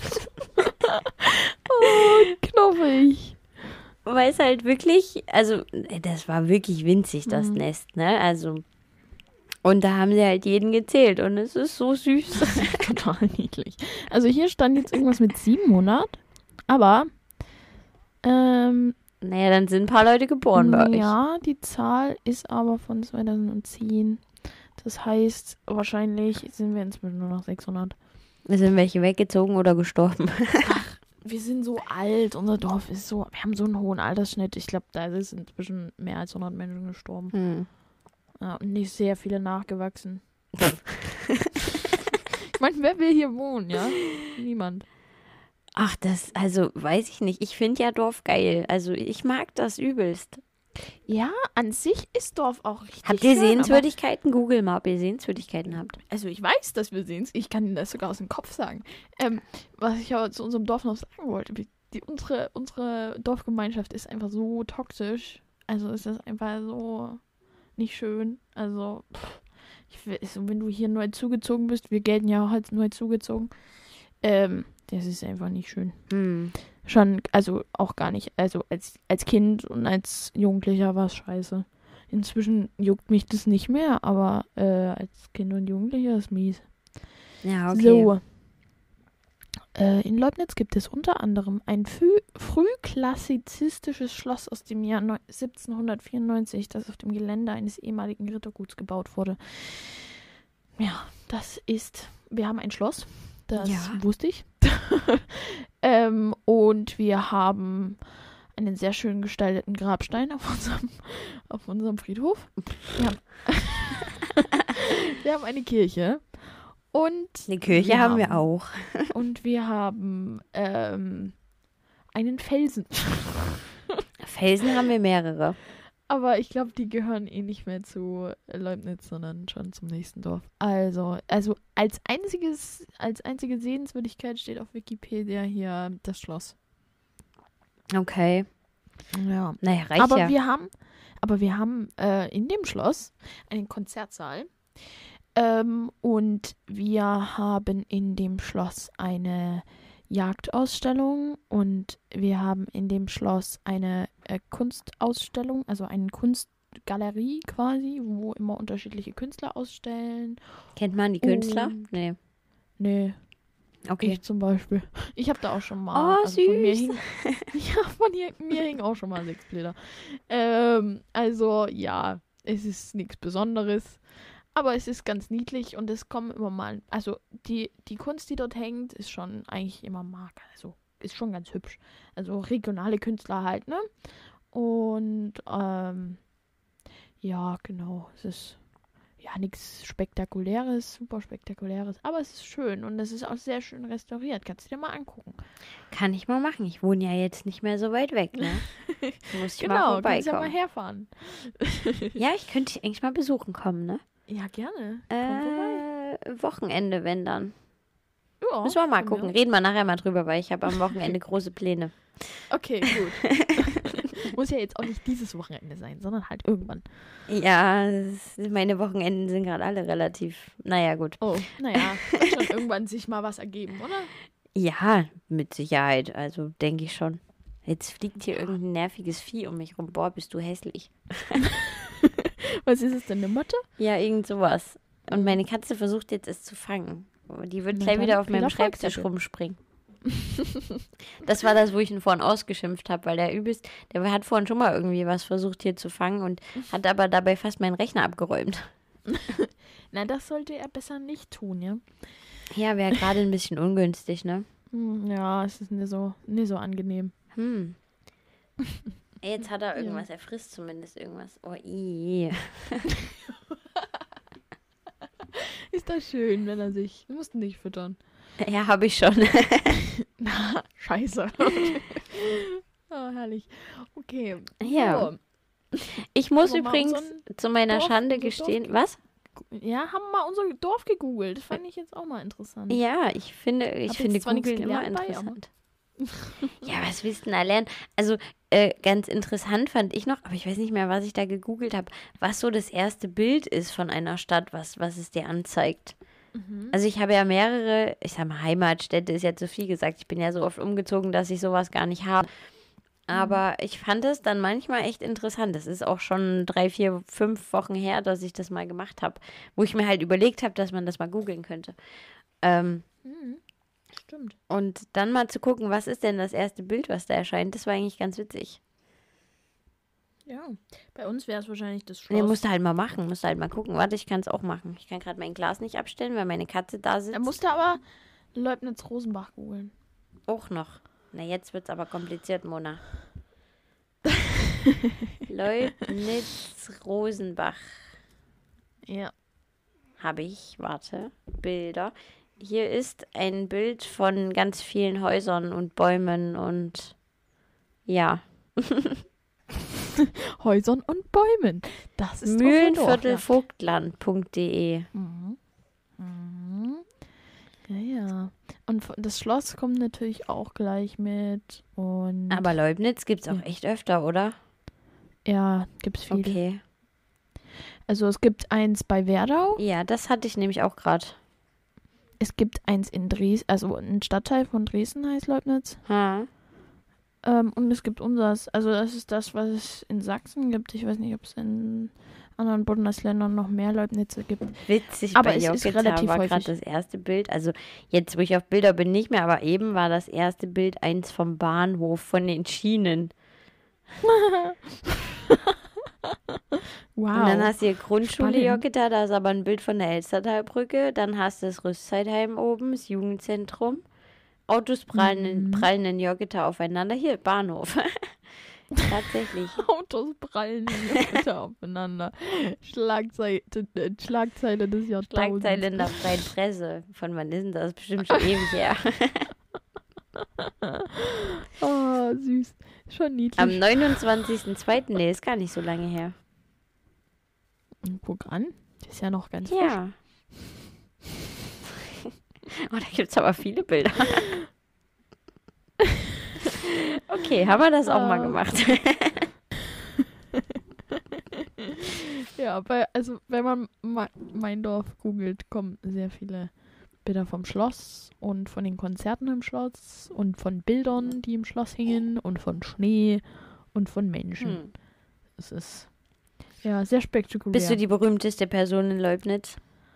Oh, knuffig. Weil es halt wirklich, also das war wirklich winzig, das Nest, ne? Also, und da haben sie halt jeden gezählt und es ist so süß. Total niedlich. Also hier stand jetzt irgendwas mit 700, aber naja, dann sind ein paar Leute geboren bei euch. Ja, die Zahl ist aber von 2010. Das heißt, wahrscheinlich sind wir inzwischen nur noch 600. Sind welche weggezogen oder gestorben? Ach, wir sind so alt. Unser Dorf ist so, wir haben so einen hohen Altersschnitt. Ich glaube, da ist inzwischen mehr als 100 Menschen gestorben. Ja, und nicht sehr viele nachgewachsen. Ich meine, wer will hier wohnen, ja? Niemand. Ach, also weiß ich nicht. Ich finde ja Dorf geil. Also ich mag das übelst. Ja, an sich ist Dorf auch richtig Habt ihr schön, Sehenswürdigkeiten? Google mal, ob ihr Sehenswürdigkeiten habt. Also ich weiß, dass wir sehen. Ich kann Ihnen das sogar aus dem Kopf sagen. Was ich aber zu unserem Dorf noch sagen wollte. Unsere Dorfgemeinschaft ist einfach so toxisch. Also ist das einfach so nicht schön. Also, wenn du hier neu zugezogen bist, wir gelten ja auch als neu zugezogen, das ist einfach nicht schön. Schon, also auch gar nicht. Also als Kind und als Jugendlicher war es scheiße. Inzwischen juckt mich das nicht mehr, aber als Kind und Jugendlicher ist mies. Ja, okay. So. In Leubnitz gibt es unter anderem ein frühklassizistisches Schloss aus dem Jahr 1794, das auf dem Gelände eines ehemaligen Ritterguts gebaut wurde. Ja, wir haben ein Schloss, das wusste ich. Und wir haben einen sehr schön gestalteten Grabstein auf unserem Friedhof. Wir haben eine Kirche. Und eine Kirche haben wir auch. Und wir haben einen Felsen. Felsen haben wir mehrere. Aber ich glaube, die gehören eh nicht mehr zu Leubnitz, sondern schon zum nächsten Dorf. Also als einzige Sehenswürdigkeit steht auf Wikipedia hier das Schloss. Okay. Ja. Naja, reicht ja. Aber wir haben in dem Schloss einen Konzertsaal. Und wir haben in dem Schloss eine Jagdausstellung und wir haben in dem Schloss eine Kunstausstellung, also einen Galerie quasi, wo immer unterschiedliche Künstler ausstellen. Kennt man die Künstler? Und Nee. Okay. Ich zum Beispiel. Ich habe da auch schon mal. Oh, also von mir süß. mir hingen auch schon mal 6 Bilder. Also, ja, es ist nichts Besonderes. Aber es ist ganz niedlich und es kommen immer mal. Also, die Kunst, die dort hängt, ist schon eigentlich immer also, ist schon ganz hübsch. Also, regionale Künstler halt, ne? Und, ja, genau. Es ist ja nichts Spektakuläres, super Spektakuläres, aber es ist schön und es ist auch sehr schön restauriert. Kannst du dir mal angucken. Kann ich mal machen. Ich wohne ja jetzt nicht mehr so weit weg, ne? Muss ich mal Genau, kannst ja vorbeikommen. mal herfahren. Ja, ich könnte dich eigentlich mal besuchen kommen, ne? Ja, gerne. Komm vorbei. Wochenende, wenn dann. Ja, Müssen wir mal von gucken. mir. Reden wir nachher mal drüber, weil ich habe am Wochenende große Pläne. Okay, gut. Muss ja jetzt auch nicht dieses Wochenende sein, sondern halt irgendwann. Ja, meine Wochenenden sind gerade alle relativ. Naja, gut. Oh, naja, wird schon irgendwann sich mal was ergeben, oder? Ja, mit Sicherheit. Also denke ich schon. Jetzt fliegt hier irgendein nerviges Vieh um mich rum. Boah, bist du hässlich. Was ist es denn, eine Motte? Ja, irgend sowas. Und meine Katze versucht jetzt es zu fangen. Die wird Na gleich dann, wieder auf viel meinem Erfolg Schreibtisch dafür. rumspringen. Das war das, wo ich ihn vorhin ausgeschimpft habe, weil der hat vorhin schon mal irgendwie was versucht hier zu fangen und hat aber dabei fast meinen Rechner abgeräumt. Na, das sollte er besser nicht tun, ja? Ja, wäre gerade ein bisschen ungünstig, ne? Ja, es ist nicht so angenehm. Jetzt hat er irgendwas, er frisst zumindest irgendwas. Oh, ih. Ist das schön, wenn er sich... Du musst ihn nicht füttern. Ja, habe ich schon. Na, scheiße. Oh, herrlich. Okay. Ja. So. Ich muss Aber mal übrigens zu meiner Schande unser gestehen. Was? Ja, haben mal unser Dorf gegoogelt. Das fand ich jetzt auch mal interessant. Ja, ich finde jetzt zwar nichts Googeln immer gelernt bei, interessant. Ja, was willst du denn da lernen? Also, ganz interessant fand ich noch, aber ich weiß nicht mehr, was ich da gegoogelt habe, was so das erste Bild ist von einer Stadt, was es dir anzeigt. Also ich habe ja mehrere, ich sag mal, Heimatstädte ist jetzt so viel gesagt. Ich bin ja so oft umgezogen, dass ich sowas gar nicht habe. Aber ich fand es dann manchmal echt interessant. Das ist auch schon 3, 4, 5 Wochen her, dass ich das mal gemacht habe. Wo ich mir halt überlegt habe, dass man das mal googeln könnte. Stimmt. Und dann mal zu gucken, was ist denn das erste Bild, was da erscheint, das war eigentlich ganz witzig. Ja. Bei uns wäre es wahrscheinlich das Schloss. Nee, musst du halt mal machen, musst du halt mal gucken. Warte, ich kann es auch machen. Ich kann gerade mein Glas nicht abstellen, weil meine Katze da sitzt. Er musste aber Leubnitz-Rosenbach googeln. Auch noch. Na, jetzt wird's aber kompliziert, Mona. Leubnitz-Rosenbach Ja. habe ich. Warte. Bilder. Hier ist ein Bild von ganz vielen Häusern und Bäumen und ja. Häusern und Bäumen. Das ist Mühlenviertelvogtland.de. Ja. Und das Schloss kommt natürlich auch gleich mit. Und Aber Leubnitz gibt es auch echt öfter, oder? ja, gibt es viele. Okay. Also es gibt eins bei Werdau. Ja, das hatte ich nämlich auch gerade. Es gibt eins in Dresden, also ein Stadtteil von Dresden heißt Leubnitz. Und es gibt unseres. Also das ist das, was es in Sachsen gibt. Ich weiß nicht, ob es in anderen Bundesländern noch mehr Leubnitzer gibt. Witzig, Aber bei es ist Jokita relativ war gerade häufig. das erste Bild. Also jetzt, wo ich auf Bilder bin, nicht mehr, aber eben war das erste Bild eins vom Bahnhof, von den Schienen. Wow. Und dann hast du hier Grundschule Spannend. Jokita, da ist aber ein Bild von der Elstertalbrücke. Dann hast du das Rüstzeitheim oben, das Jugendzentrum. Autos prallen in Jokita aufeinander. Hier, Bahnhof. Tatsächlich. Autos prallen bitte aufeinander. Schlagzeile des Jahrtausends. Schlagzeile in der Freien Presse. Von wann ist denn das? Bestimmt schon ewig her. Oh, süß. Schon niedlich. Am 29.02. Nee, ist gar nicht so lange her. Guck an. Das ist ja noch ganz frisch. Ja. Oh, da gibt es aber viele Bilder. Okay, haben wir das auch mal gemacht. Ja, wenn man mein Dorf googelt, kommen sehr viele Bilder vom Schloss und von den Konzerten im Schloss und von Bildern, die im Schloss hingen und von Schnee und von Menschen. Es ist Ja, sehr spektakulär. Bist du die berühmteste Person in Leubnitz?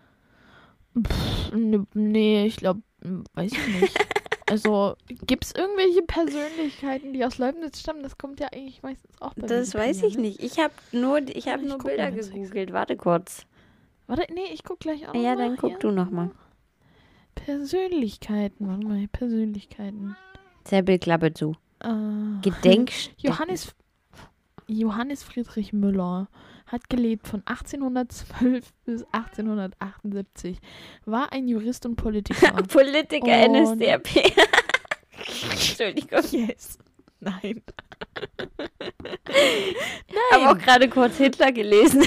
Nee, ich glaube, weiß ich nicht. Also, gibt es irgendwelche Persönlichkeiten, die aus Leibniz stammen? Das kommt ja eigentlich meistens auch bei Das Wikipedia, weiß ich ne? nicht. Ich habe nur guck Bilder mal ganz gegoogelt. Warte kurz. Warte, nee, ich guck gleich auch noch Ja, mal dann guck hier. du nochmal. Persönlichkeiten, warte mal, Persönlichkeiten. Zerbelklappe zu. Johannes Friedrich Müller hat gelebt von 1812 bis 1878, war ein Jurist und Politiker. Politiker Und- NSDAP. Entschuldigung. Yes. Nein. Habe auch gerade kurz Hitler gelesen.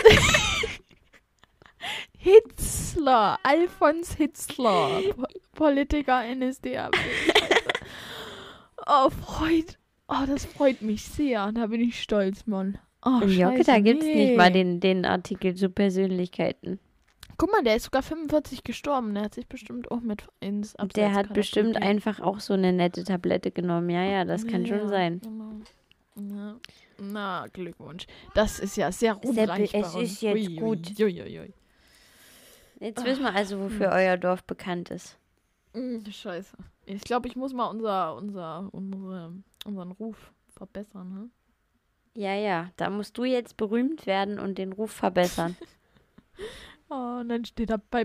Hitzler, Alfons Hitzler, Politiker NSDAP. Oh, das freut mich sehr. Da bin ich stolz, Mann. Oh, Im Jocke, scheiße, da gibt es nee. nicht mal den Artikel zu Persönlichkeiten. Guck mal, der ist sogar 45 gestorben. Der hat sich bestimmt auch mit ins Abseits Der hat bestimmt katapultiert. einfach auch so eine nette Tablette genommen. Ja, das kann schon sein. Genau. Ja. Na, Glückwunsch. Das ist ja sehr ruhmreich es bei uns. ist jetzt gut. Ui. Jetzt wissen wir also, wofür euer Dorf bekannt ist. Scheiße. Ich glaube, ich muss mal unseren Ruf verbessern. Ne? Ja, da musst du jetzt berühmt werden und den Ruf verbessern. Oh, und dann steht da bei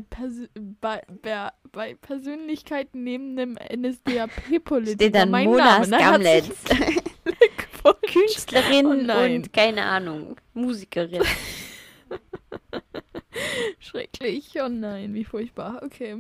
Persönlichkeiten neben dem NSDAP-Politiker Steht dann mein Mona Name. Skamletz. Künstlerin Oh nein. und, keine Ahnung, Musikerin. Schrecklich. Oh nein, wie furchtbar. Okay.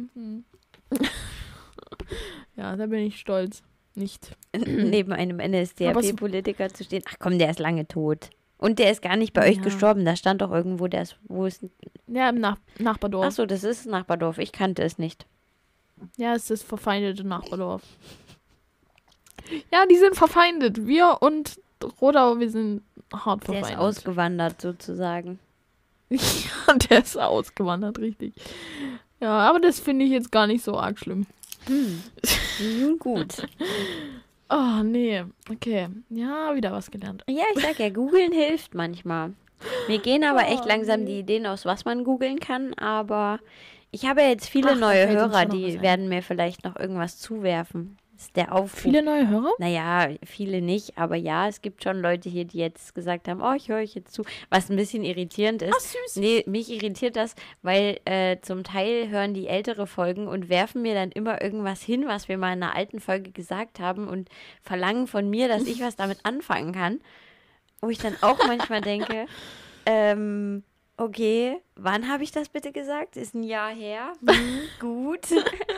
Ja, da bin ich stolz. Nicht. Neben einem NSDAP-Politiker zu stehen. Ach komm, der ist lange tot. Und der ist gar nicht bei euch Ja. gestorben. Da stand doch irgendwo, wo ist... Ja, im Nachbardorf. Achso, das ist Nachbardorf. Ich kannte es nicht. Ja, es ist das verfeindete Nachbardorf. Ja, die sind verfeindet. Wir und Rodau, wir sind hart Der verfeindet. ist ausgewandert sozusagen. Ja, der ist ausgewandert, richtig. Ja, aber das finde ich jetzt gar nicht so arg schlimm. Nun gut. Oh, nee. Okay. Ja, wieder was gelernt. Ja, ich sag ja, googeln hilft manchmal. Mir gehen aber echt Oh, langsam nee. die Ideen aus, was man googeln kann, aber ich habe ja jetzt viele Ach, da neue fällt uns Hörer, schon noch was die ein. werden mir vielleicht noch irgendwas zuwerfen. Das ist der Aufruf. Viele neue Hörer? Naja, viele nicht, aber ja, es gibt schon Leute hier, die jetzt gesagt haben, oh, ich höre euch jetzt zu, was ein bisschen irritierend ist. Ach, süß. Nee, mich irritiert das, weil zum Teil hören die ältere Folgen und werfen mir dann immer irgendwas hin, was wir mal in einer alten Folge gesagt haben und verlangen von mir, dass ich was damit anfangen kann. Wo ich dann auch manchmal denke, okay, wann habe ich das bitte gesagt? Ist ein Jahr her. Gut.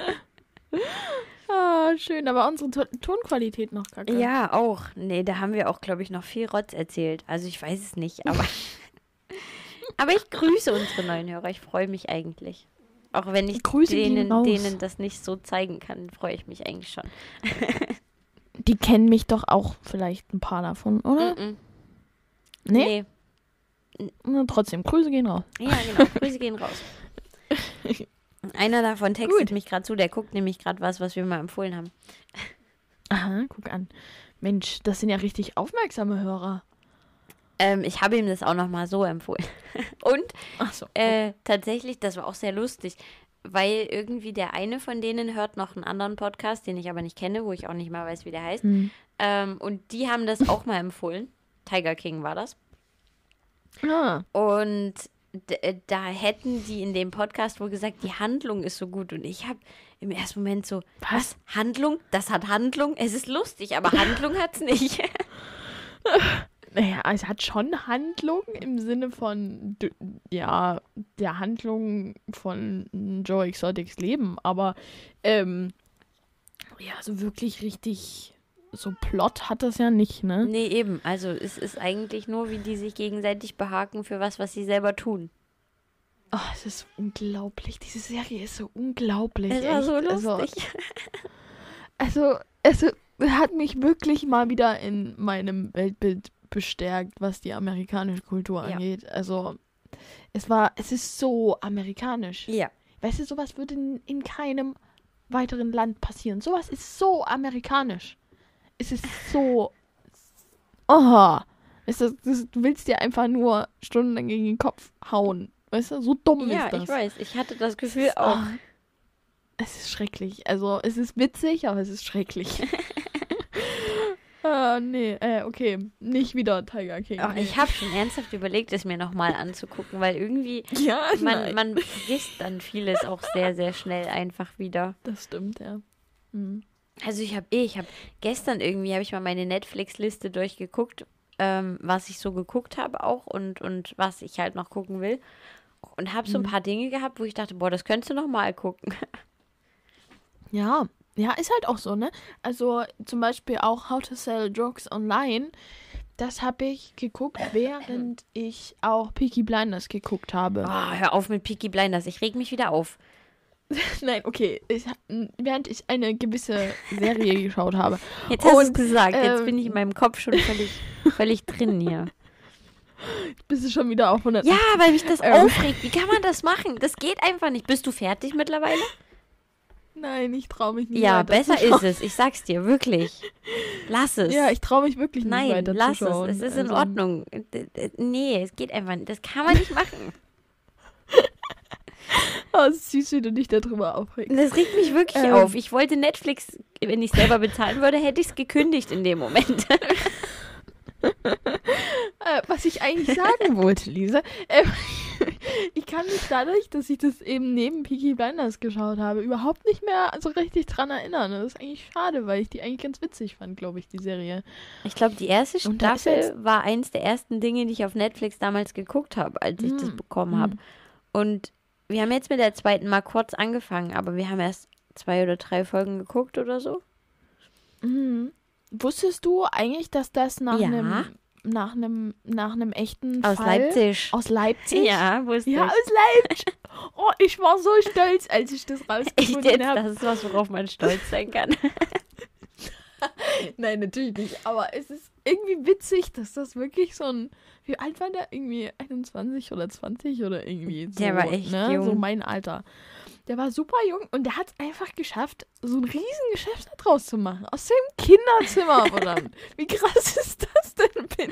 Ah, schön, aber unsere Tonqualität noch kacke. Ja, auch. Nee, da haben wir auch, glaube ich, noch viel Rotz erzählt. Also ich weiß es nicht, aber aber ich grüße unsere neuen Hörer. Ich freue mich eigentlich. Auch wenn ich Grüße gehen raus. denen das nicht so zeigen kann, freue ich mich eigentlich schon. Die kennen mich doch auch vielleicht ein paar davon, oder? Nee? Na, trotzdem, Grüße gehen raus. Ja, genau. Grüße gehen raus. Einer davon textet Gut. mich gerade zu, der guckt nämlich gerade was wir mal empfohlen haben. Aha, guck an. Mensch, das sind ja richtig aufmerksame Hörer. Ich habe ihm das auch noch mal so empfohlen. Und Ach so. tatsächlich, das war auch sehr lustig, weil irgendwie der eine von denen hört noch einen anderen Podcast, den ich aber nicht kenne, wo ich auch nicht mal weiß, wie der heißt. Und die haben das auch mal empfohlen. Tiger King war das. Ah. Und da hätten die in dem Podcast wohl gesagt, die Handlung ist so gut. Und ich habe im ersten Moment so, was? Handlung? Das hat Handlung? Es ist lustig, aber Handlung hat's nicht. Naja, es hat schon Handlung im Sinne von, ja, der Handlung von Joe Exotics Leben, aber ja, so wirklich richtig so Plot hat das ja nicht, ne? Nee, eben. Also es ist eigentlich nur, wie die sich gegenseitig behaken für was sie selber tun. Oh, es ist unglaublich. Diese Serie ist so unglaublich. Es war so echt. lustig. Also, es hat mich wirklich mal wieder in meinem Weltbild bestärkt, was die amerikanische Kultur Ja. angeht. Also, es ist so amerikanisch. Ja. Weißt du, sowas würde in keinem weiteren Land passieren. Sowas ist so amerikanisch. Es ist so... Oh, Weißt du, du willst dir einfach nur stundenlang gegen den Kopf hauen. Weißt du, so dumm ist das. Ja, ich weiß. Ich hatte das Gefühl auch. Es ist schrecklich. Also, es ist witzig, aber es ist schrecklich. Okay. Nicht wieder Tiger King. Nee. Ich habe schon ernsthaft überlegt, es mir nochmal anzugucken, weil irgendwie man vergisst dann vieles auch sehr, sehr schnell einfach wieder. Das stimmt, ja. Mhm. Also ich habe gestern irgendwie, habe ich mal meine Netflix-Liste durchgeguckt, was ich so geguckt habe auch und was ich halt noch gucken will. Und habe so ein paar Dinge gehabt, wo ich dachte, boah, das könntest du noch mal gucken. Ja, ist halt auch so, ne? Also zum Beispiel auch How to Sell Drugs Online, das habe ich geguckt, während ich auch Peaky Blinders geguckt habe. Hör auf mit Peaky Blinders, ich reg mich wieder auf. Nein, okay, während ich eine gewisse Serie geschaut habe. Jetzt hast du es gesagt, jetzt bin ich in meinem Kopf schon völlig drin hier. Bist du schon wieder auf 100? Ja, weil mich das aufregt. Wie kann man das machen? Das geht einfach nicht. Bist du fertig mittlerweile? Nein, ich traue mich nicht. Ja, besser ist es. Ich sag's dir, wirklich. Lass es. Ja, ich traue mich wirklich nicht weiter zu schauen. Nein, lass es. Es ist in Ordnung. Nee, es geht einfach nicht. Das kann man nicht machen. Oh, süß, wie du dich darüber aufregst. Das regt mich wirklich auf. Ich wollte Netflix, wenn ich selber bezahlen würde, hätte ich es gekündigt in dem Moment. Was ich eigentlich sagen wollte, Lisa, ich kann mich dadurch, dass ich das eben neben Peaky Blinders geschaut habe, überhaupt nicht mehr so richtig dran erinnern. Das ist eigentlich schade, weil ich die eigentlich ganz witzig fand, glaube ich, die Serie. Ich glaube, die erste Staffel war eins der ersten Dinge, die ich auf Netflix damals geguckt habe, als ich das bekommen habe. Und wir haben jetzt mit der zweiten mal kurz angefangen, aber wir haben erst 2 oder 3 Folgen geguckt oder so. Mhm. Wusstest du eigentlich, dass das nach einem echten Fall... Leipzig. Aus Leipzig? Ja, wusste ich. Ja, aus Leipzig. Oh, ich war so stolz, als ich das rausgefunden habe. Das ist was, worauf man stolz sein kann. Nein, natürlich nicht. Aber es ist irgendwie witzig, dass das wirklich so ein... Wie alt war der? Irgendwie 21 oder 20 oder irgendwie so. Der war echt jung. So mein Alter. Der war super jung und der hat es einfach geschafft, so ein riesen Geschäft da draus zu machen. Aus seinem Kinderzimmer, verdammt. Wie krass ist das denn bitte?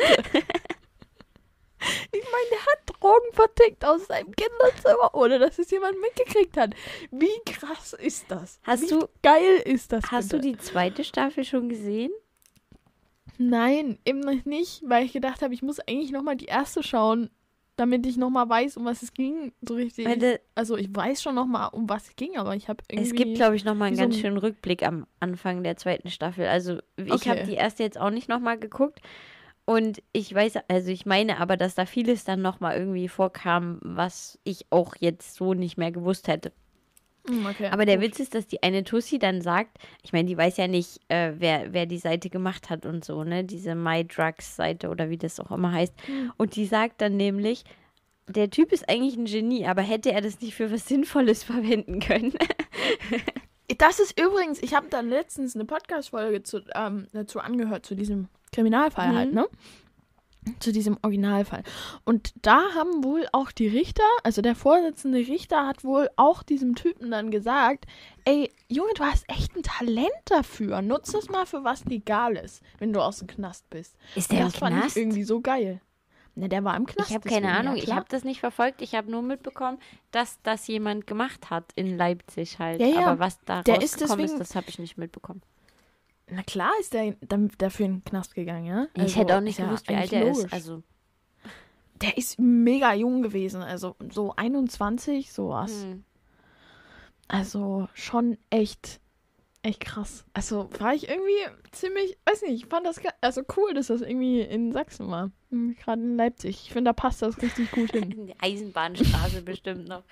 Ich meine, der hat Drogen vertickt aus seinem Kinderzimmer, ohne dass es jemand mitgekriegt hat. Wie krass ist das? Wie geil ist das Hast du die zweite Staffel schon gesehen? Nein, eben noch nicht, weil ich gedacht habe, ich muss eigentlich nochmal die erste schauen, damit ich nochmal weiß, um was es ging, so richtig. Also ich weiß schon nochmal, um was es ging, aber ich habe irgendwie... Es gibt, glaube ich, nochmal einen ganz schönen Rückblick am Anfang der zweiten Staffel. Also ich habe die erste jetzt auch nicht nochmal geguckt und ich weiß, also ich meine aber, dass da vieles dann nochmal irgendwie vorkam, was ich auch jetzt so nicht mehr gewusst hätte. Okay, aber der Witz ist, dass die eine Tussi dann sagt, ich meine, die weiß ja nicht, wer die Seite gemacht hat und so, ne, diese My Drugs Seite oder wie das auch immer heißt. Und die sagt dann nämlich, der Typ ist eigentlich ein Genie, aber hätte er das nicht für was Sinnvolles verwenden können? Das ist übrigens, ich habe dann letztens eine Podcast-Folge dazu angehört, zu diesem Kriminalfall halt, ne? Zu diesem Originalfall. Und da haben wohl auch die Richter, also der Vorsitzende Richter hat wohl auch diesem Typen dann gesagt, ey, Junge, du hast echt ein Talent dafür. Nutz das mal für was Legales, wenn du aus dem Knast bist. Ist der im Knast? Das fand ich irgendwie so geil. Ne, der war im Knast. Ich habe keine Ahnung, ich habe das nicht verfolgt. Ich habe nur mitbekommen, dass das jemand gemacht hat in Leipzig halt. Ja. Aber was da rausgekommen ist, das habe ich nicht mitbekommen. Na klar ist der dafür in den Knast gegangen, ja? Also, ich hätte auch nicht gewusst, wie alt er ist. Also. Der ist mega jung gewesen, also so 21, sowas. Also schon echt krass. Also war ich irgendwie ziemlich, weiß nicht, ich fand das also cool, dass das irgendwie in Sachsen war. Gerade in Leipzig. Ich finde, da passt das richtig gut hin. In die Eisenbahnstraße bestimmt noch.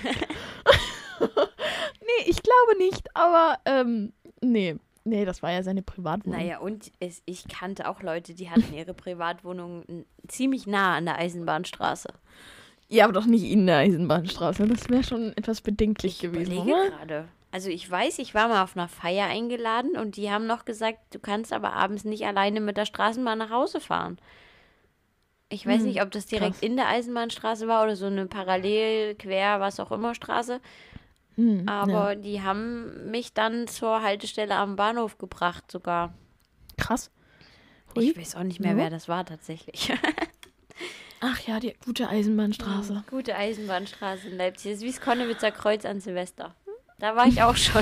Nee, ich glaube nicht, aber Nee, das war ja seine Privatwohnung. Naja, und ich kannte auch Leute, die hatten ihre Privatwohnung ziemlich nah an der Eisenbahnstraße. Ja, aber doch nicht in der Eisenbahnstraße. Das wäre schon etwas bedenklich gewesen, oder? Ich überlege gerade. Also ich weiß, ich war mal auf einer Feier eingeladen und die haben noch gesagt, du kannst aber abends nicht alleine mit der Straßenbahn nach Hause fahren. Ich weiß nicht, ob das direkt in der Eisenbahnstraße war oder so eine parallel, quer, was auch immer Straße. Aber die haben mich dann zur Haltestelle am Bahnhof gebracht sogar. Krass. Hui. Ich weiß auch nicht mehr, wer das war tatsächlich. Ach ja, die gute Eisenbahnstraße. Gute Eisenbahnstraße in Leipzig. Das ist wie das Konnewitzer Kreuz an Silvester. Da war ich auch schon.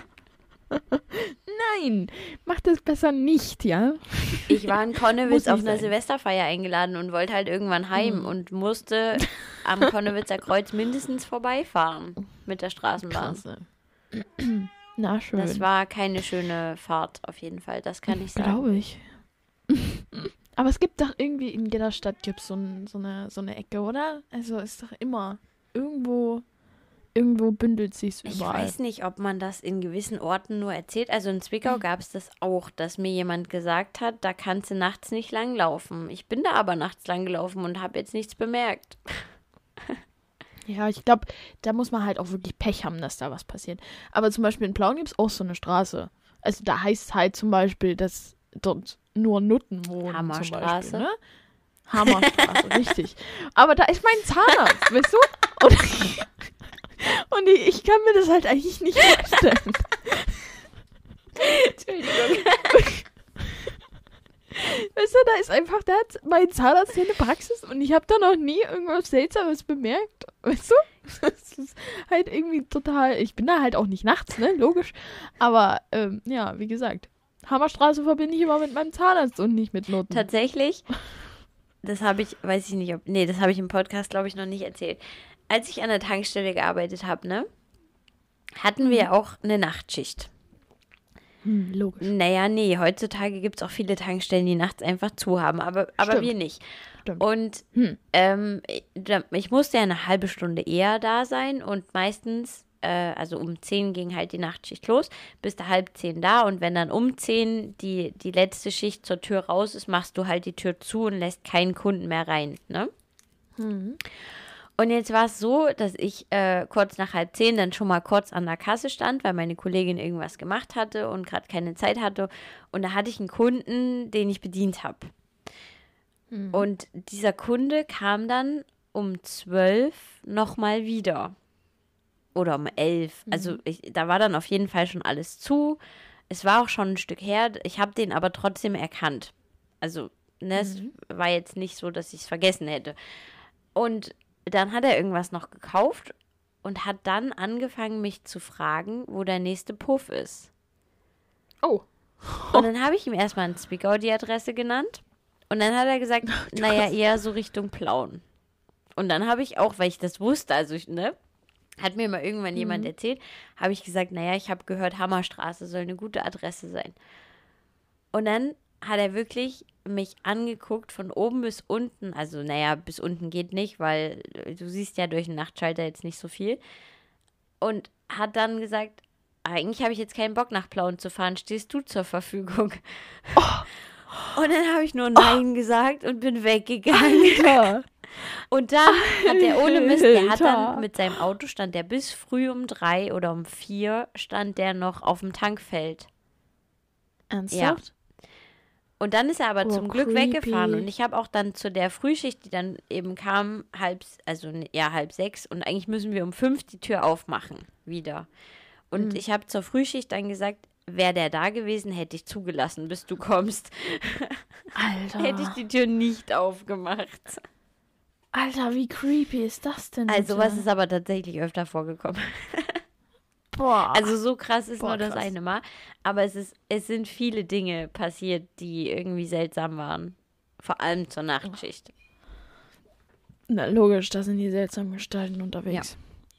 Nein, mach das besser nicht, ja? Ich war in Konnewitz auf einer sein. Silvesterfeier eingeladen und wollte halt irgendwann heim und musste am Konnewitzer Kreuz mindestens vorbeifahren mit der Straßenbahn. Klasse. Na, schön. Das war keine schöne Fahrt auf jeden Fall, das kann ich sagen. Glaube ich. Aber es gibt doch irgendwie in jeder Stadt gibt's so eine Ecke, oder? Also ist doch immer irgendwo bündelt sich's überall. Ich weiß nicht, ob man das in gewissen Orten nur erzählt. Also in Zwickau gab es das auch, dass mir jemand gesagt hat, da kannst du nachts nicht langlaufen. Ich bin da aber nachts langgelaufen und habe jetzt nichts bemerkt. Ja, ich glaube, da muss man halt auch wirklich Pech haben, dass da was passiert. Aber zum Beispiel in Plauen gibt es auch so eine Straße. Also da heißt es halt zum Beispiel, dass dort nur Nutten wohnen. Hammerstraße. Zum Beispiel, ne? Hammerstraße, richtig. Aber da ist mein Zahnarzt, weißt du? Und ich kann mir das halt eigentlich nicht vorstellen. Entschuldigung. Weißt du, da ist einfach, da hat mein Zahnarzt hier eine Praxis und ich habe da noch nie irgendwas Seltsames bemerkt. Weißt du? Das ist halt irgendwie total, ich bin da halt auch nicht nachts, ne, logisch. Aber, ja, wie gesagt, Hammerstraße verbinde ich immer mit meinem Zahnarzt und nicht mit Noten. Tatsächlich, das habe ich, weiß ich nicht, das habe ich im Podcast, glaube ich, noch nicht erzählt. Als ich an der Tankstelle gearbeitet habe, ne, hatten wir auch eine Nachtschicht. Logisch. Naja, nee, heutzutage gibt es auch viele Tankstellen, die nachts einfach zu haben, aber wir nicht. Stimmt. Und ich musste ja eine halbe Stunde eher da sein und meistens, also um 10 ging halt die Nachtschicht los, bist du 9:30 da und wenn dann um 10 die letzte Schicht zur Tür raus ist, machst du halt die Tür zu und lässt keinen Kunden mehr rein, ne? Und jetzt war es so, dass ich kurz nach 9:30 dann schon mal kurz an der Kasse stand, weil meine Kollegin irgendwas gemacht hatte und gerade keine Zeit hatte. Und da hatte ich einen Kunden, den ich bedient habe. Und dieser Kunde kam dann um 12 nochmal wieder. Oder um 11. Also da war dann auf jeden Fall schon alles zu. Es war auch schon ein Stück her. Ich habe den aber trotzdem erkannt. Also es war jetzt nicht so, dass ich es vergessen hätte. Und dann hat er irgendwas noch gekauft und hat dann angefangen, mich zu fragen, wo der nächste Puff ist. Oh. Und dann habe ich ihm erstmal in Zwickau die Adresse genannt. Und dann hat er gesagt, naja, eher so Richtung Plauen. Und dann habe ich auch, weil ich das wusste, also hat mir mal irgendwann jemand erzählt, habe ich gesagt, naja, ich habe gehört, Hammerstraße soll eine gute Adresse sein. Und dann hat er wirklich mich angeguckt von oben bis unten. Also, naja, bis unten geht nicht, weil du siehst ja durch den Nachtschalter jetzt nicht so viel. Und hat dann gesagt, eigentlich habe ich jetzt keinen Bock nach Plauen zu fahren. Stehst du zur Verfügung? Und dann habe ich nur Nein gesagt und bin weggegangen. Alter. Und dann hat der ohne Mist, der hat dann mit seinem Auto, stand der bis früh um 3 oder um 4, stand der noch auf dem Tankfeld. Ernsthaft? Ja. Und dann ist er aber zum Glück creepy. weggefahren. Und ich habe auch dann zu der Frühschicht, die dann eben kam, 5:30. Und eigentlich müssen wir um 5 die Tür aufmachen wieder. Und ich habe zur Frühschicht dann gesagt, wäre der da gewesen, hätte ich zugelassen, bis du kommst. Alter. Hätte ich die Tür nicht aufgemacht. Alter, wie creepy ist das denn? Also bitte? was ist aber tatsächlich öfter vorgekommen. Boah. Also so krass ist nur das krass. eine Mal. Aber es sind viele Dinge passiert, die irgendwie seltsam waren. Vor allem zur Nachtschicht. Na, logisch, da sind die seltsamen Gestalten unterwegs.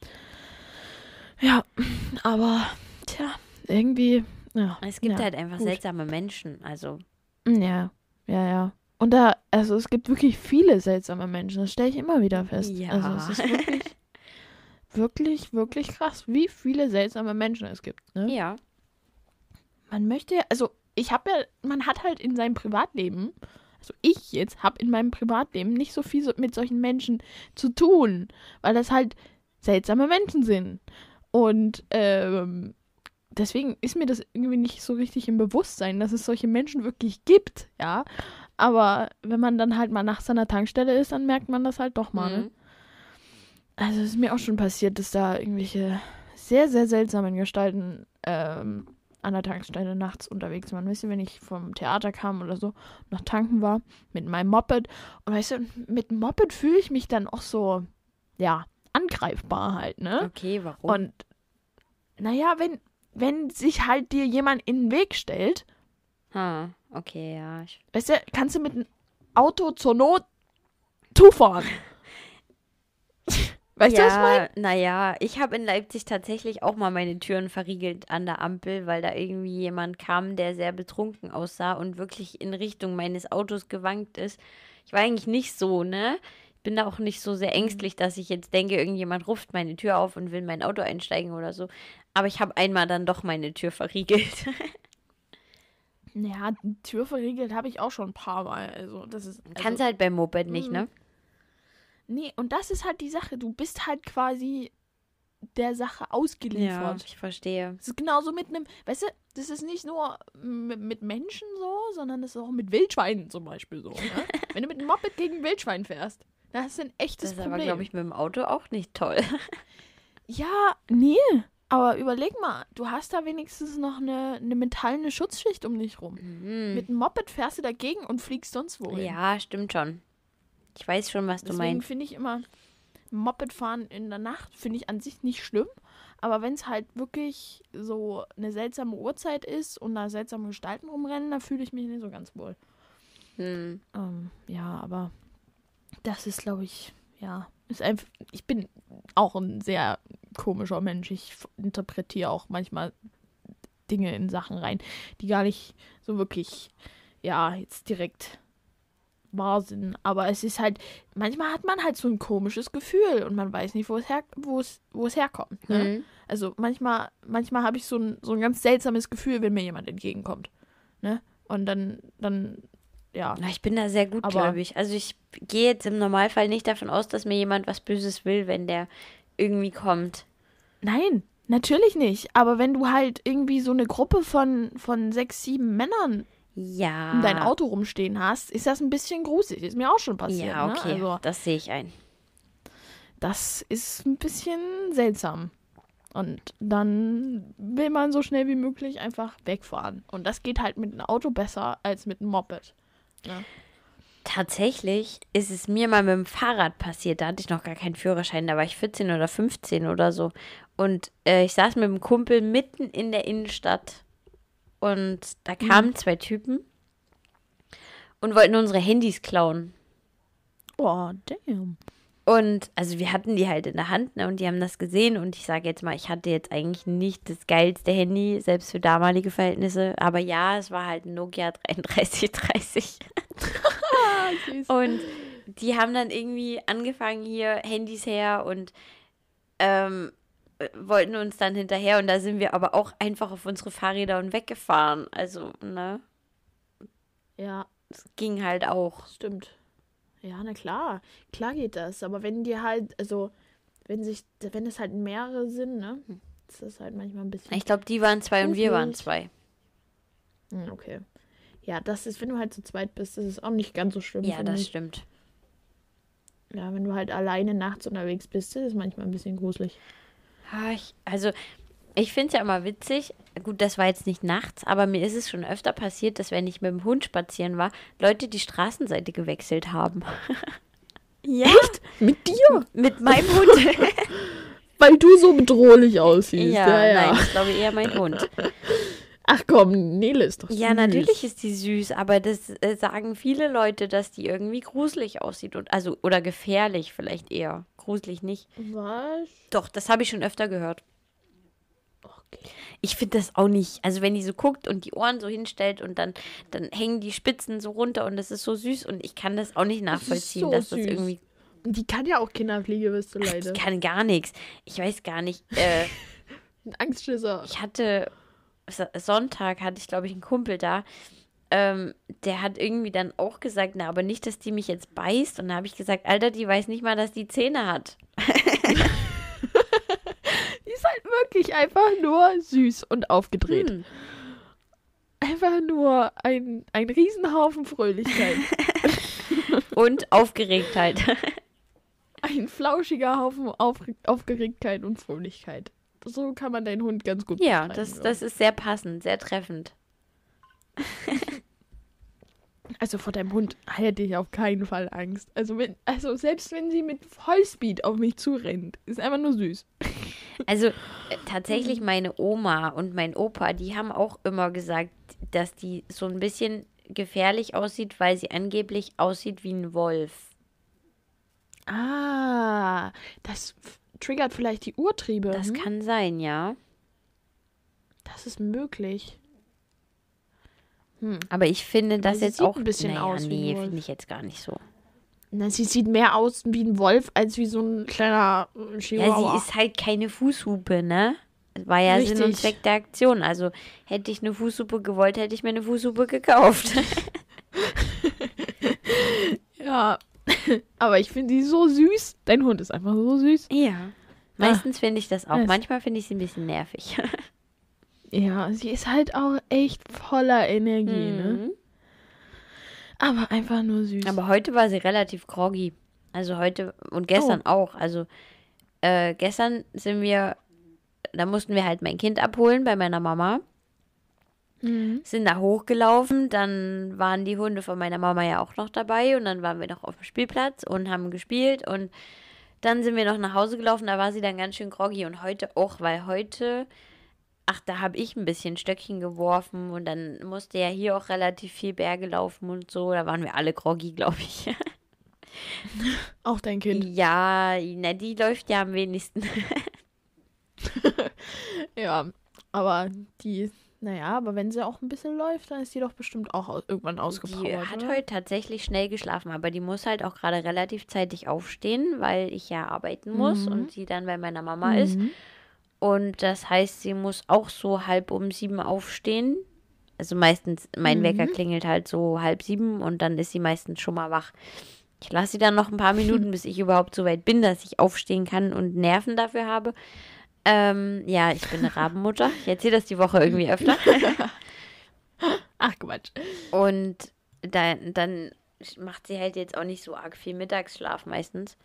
Ja, aber, tja, irgendwie, ja. Es gibt ja, halt einfach gut. seltsame Menschen. Also, Ja. Und es gibt wirklich viele seltsame Menschen, das stelle ich immer wieder fest. Ja. Also es ist wirklich, wirklich, wirklich krass, wie viele seltsame Menschen es gibt, ne? ja. Man möchte ja, also man hat halt in seinem Privatleben, also ich jetzt habe in meinem Privatleben nicht so viel mit solchen Menschen zu tun, weil das halt seltsame Menschen sind. Und deswegen ist mir das irgendwie nicht so richtig im Bewusstsein, dass es solche Menschen wirklich gibt, ja. Aber wenn man dann halt mal nachts an der Tankstelle ist, dann merkt man das halt doch mal, ne? Also es ist mir auch schon passiert, dass da irgendwelche sehr, sehr seltsamen Gestalten an der Tankstelle nachts unterwegs waren. Weißt du, wenn ich vom Theater kam oder so, noch tanken war, mit meinem Moped. Und weißt du, mit dem Moped fühle ich mich dann auch so, ja, angreifbar halt, ne? Okay, warum? Und, naja, wenn sich halt dir jemand in den Weg stellt, okay, ja. Weißt du, kannst du mit einem Auto zur Not zufahren. Weißt du, was ich meine? Naja, ich habe in Leipzig tatsächlich auch mal meine Türen verriegelt an der Ampel, weil da irgendwie jemand kam, der sehr betrunken aussah und wirklich in Richtung meines Autos gewankt ist. Ich war eigentlich nicht so, ne? Ich bin da auch nicht so sehr ängstlich, dass ich jetzt denke, irgendjemand ruft meine Tür auf und will in mein Auto einsteigen oder so. Aber ich habe einmal dann doch meine Tür verriegelt. Ja, die Tür verriegelt habe ich auch schon ein paar Mal. Also, das ist. Kannst halt beim Moped nicht, ne? Nee, und das ist halt die Sache. Du bist halt quasi der Sache ausgeliefert. Ja, ich verstehe. Das ist genauso mit einem, weißt du, das ist nicht nur mit Menschen so, sondern das ist auch mit Wildschweinen zum Beispiel so. Ne? Wenn du mit einem Moped gegen ein Wildschwein fährst, dann hast du ein echtes Problem. Das ist aber, glaube ich, mit dem Auto auch nicht toll. Ja, nee. Aber überleg mal, du hast da wenigstens noch eine metallene Schutzschicht um dich rum. Mit einem Moped fährst du dagegen und fliegst sonst wohin. Ja, stimmt schon. Ich weiß schon, was du meinst. Deswegen finde ich immer, Mopedfahren in der Nacht finde ich an sich nicht schlimm. Aber wenn es halt wirklich so eine seltsame Uhrzeit ist und da seltsame Gestalten rumrennen, da fühle ich mich nicht so ganz wohl. Ja, aber das ist, glaube ich, ja, ist einfach, ich bin auch ein sehr komischer Mensch. Ich interpretiere auch manchmal Dinge in Sachen rein, die gar nicht so wirklich, ja, jetzt direkt wahr sind. Aber es ist halt, manchmal hat man halt so ein komisches Gefühl und man weiß nicht, wo es herkommt. Ne? Also manchmal habe ich so ein ganz seltsames Gefühl, wenn mir jemand entgegenkommt. Ne? Und dann, ja. Ich bin da sehr gutgläubig. Also ich gehe jetzt im Normalfall nicht davon aus, dass mir jemand was Böses will, wenn der irgendwie kommt. Nein, natürlich nicht. Aber wenn du halt irgendwie so eine Gruppe von 6, 7 Männern um dein Auto rumstehen hast, ist das ein bisschen gruselig. Ist mir auch schon passiert. Ja, okay, ne? Also, das sehe ich ein. Das ist ein bisschen seltsam. Und dann will man so schnell wie möglich einfach wegfahren. Und das geht halt mit einem Auto besser als mit einem Moped. Ne? Tatsächlich ist es mir mal mit dem Fahrrad passiert. Da hatte ich noch gar keinen Führerschein. Da war ich 14 oder 15 oder so. Und ich saß mit dem Kumpel mitten in der Innenstadt. Und da kamen 2 Typen und wollten unsere Handys klauen. Oh, damn. Und also wir hatten die halt in der Hand, ne, und die haben das gesehen. Und ich sage jetzt mal, ich hatte jetzt eigentlich nicht das geilste Handy, selbst für damalige Verhältnisse. Aber ja, es war halt ein Nokia 3330. Und die haben dann irgendwie angefangen, hier Handys her und wollten uns dann hinterher. Und da sind wir aber auch einfach auf unsere Fahrräder und weggefahren. Also, ne? Ja. Es ging halt auch. Stimmt. Ja, na klar. Klar geht das. Aber wenn die halt, also, wenn es halt mehrere sind, ne? Ist das halt manchmal ein bisschen. Ich glaube, die waren 2 und wir waren 2. Okay. Ja, das ist, wenn du halt zu zweit bist, das ist auch nicht ganz so schlimm. Ja, das stimmt. Ja, wenn du halt alleine nachts unterwegs bist, ist es manchmal ein bisschen gruselig. Ich finde es ja immer witzig. Gut, das war jetzt nicht nachts, aber mir ist es schon öfter passiert, dass wenn ich mit dem Hund spazieren war, Leute die Straßenseite gewechselt haben. Ja. Echt? Mit dir? Mit meinem Hund. Weil du so bedrohlich aussiehst. Ja, nein, ich glaube eher mein Hund. Ach komm, Nele ist doch süß. Ja, natürlich ist die süß, aber das sagen viele Leute, dass die irgendwie gruselig aussieht. Oder gefährlich vielleicht eher. Gruselig nicht. Was? Doch, das habe ich schon öfter gehört. Okay. Ich finde das auch nicht. Also wenn die so guckt und die Ohren so hinstellt und dann hängen die Spitzen so runter und das ist so süß und ich kann das auch nicht nachvollziehen, dass das irgendwie... Die kann ja auch Kinderfliege, wirst du leider. Die kann gar nichts. Ich weiß gar nicht. Ein Angstschisser. Ich hatte... Sonntag hatte ich, glaube ich, einen Kumpel da. Der hat irgendwie dann auch gesagt, na, aber nicht, dass die mich jetzt beißt. Und da habe ich gesagt, Alter, die weiß nicht mal, dass die Zähne hat. Die ist halt wirklich einfach nur süß und aufgedreht. Einfach nur ein Riesenhaufen Fröhlichkeit. Und Aufgeregtheit. Ein flauschiger Haufen Aufgeregtheit und Fröhlichkeit. so kann man deinen Hund ganz gut Ja, beschreiben. das ist sehr passend, sehr treffend. Also vor deinem Hund hätte ich auf keinen Fall Angst. Also selbst wenn sie mit Vollspeed auf mich zurennt, ist einfach nur süß. Also tatsächlich meine Oma und mein Opa, die haben auch immer gesagt, dass die so ein bisschen gefährlich aussieht, weil sie angeblich aussieht wie ein Wolf. Ah, das triggert vielleicht die Urtriebe. Das kann sein, ja. Das ist möglich. Aber ich finde das sie jetzt sieht auch ein bisschen naja, aus wie ein nee, Wolf. finde ich jetzt gar nicht so. Na, sie sieht mehr aus wie ein Wolf als wie so ein kleiner Ja, Chihuahua. sie ist halt keine Fußhupe, ne? Das war ja Sinn und Richtig. Zweck der Aktion. Also hätte ich eine Fußhupe gewollt, hätte ich mir eine Fußhupe gekauft. Ja, aber ich finde sie so süß. Dein Hund ist einfach so süß. Ja. Meistens finde ich das auch. Es- Manchmal finde ich sie ein bisschen nervig. Ja, sie ist halt auch echt voller Energie, ne? Aber einfach nur süß. Aber heute war sie relativ groggy. Also heute und gestern auch. Also gestern da mussten wir halt mein Kind abholen bei meiner Mama. Sind da hochgelaufen, dann waren die Hunde von meiner Mama ja auch noch dabei und dann waren wir noch auf dem Spielplatz und haben gespielt und dann sind wir noch nach Hause gelaufen, da war sie dann ganz schön groggy und heute auch, weil heute, da habe ich ein bisschen Stöckchen geworfen und dann musste ja hier auch relativ viel Berge laufen und so, da waren wir alle groggy, glaube ich. Auch dein Kind. Ja, na, die läuft ja am wenigsten. Ja, aber aber wenn sie auch ein bisschen läuft, dann ist die doch bestimmt auch irgendwann ausgepowert. Die hat oder? heute tatsächlich schnell geschlafen, aber die muss halt auch gerade relativ zeitig aufstehen, weil ich ja arbeiten muss und sie dann bei meiner Mama ist. Und das heißt, sie muss auch so 6:30 aufstehen. Also meistens, mein Wecker klingelt halt so 6:30 und dann ist sie meistens schon mal wach. Ich lasse sie dann noch ein paar Minuten, bis ich überhaupt so weit bin, dass ich aufstehen kann und Nerven dafür habe. Ja, ich bin eine Rabenmutter. Ich erzähle das die Woche irgendwie öfter. Ach, Quatsch. Und dann macht sie halt jetzt auch nicht so arg viel Mittagsschlaf meistens.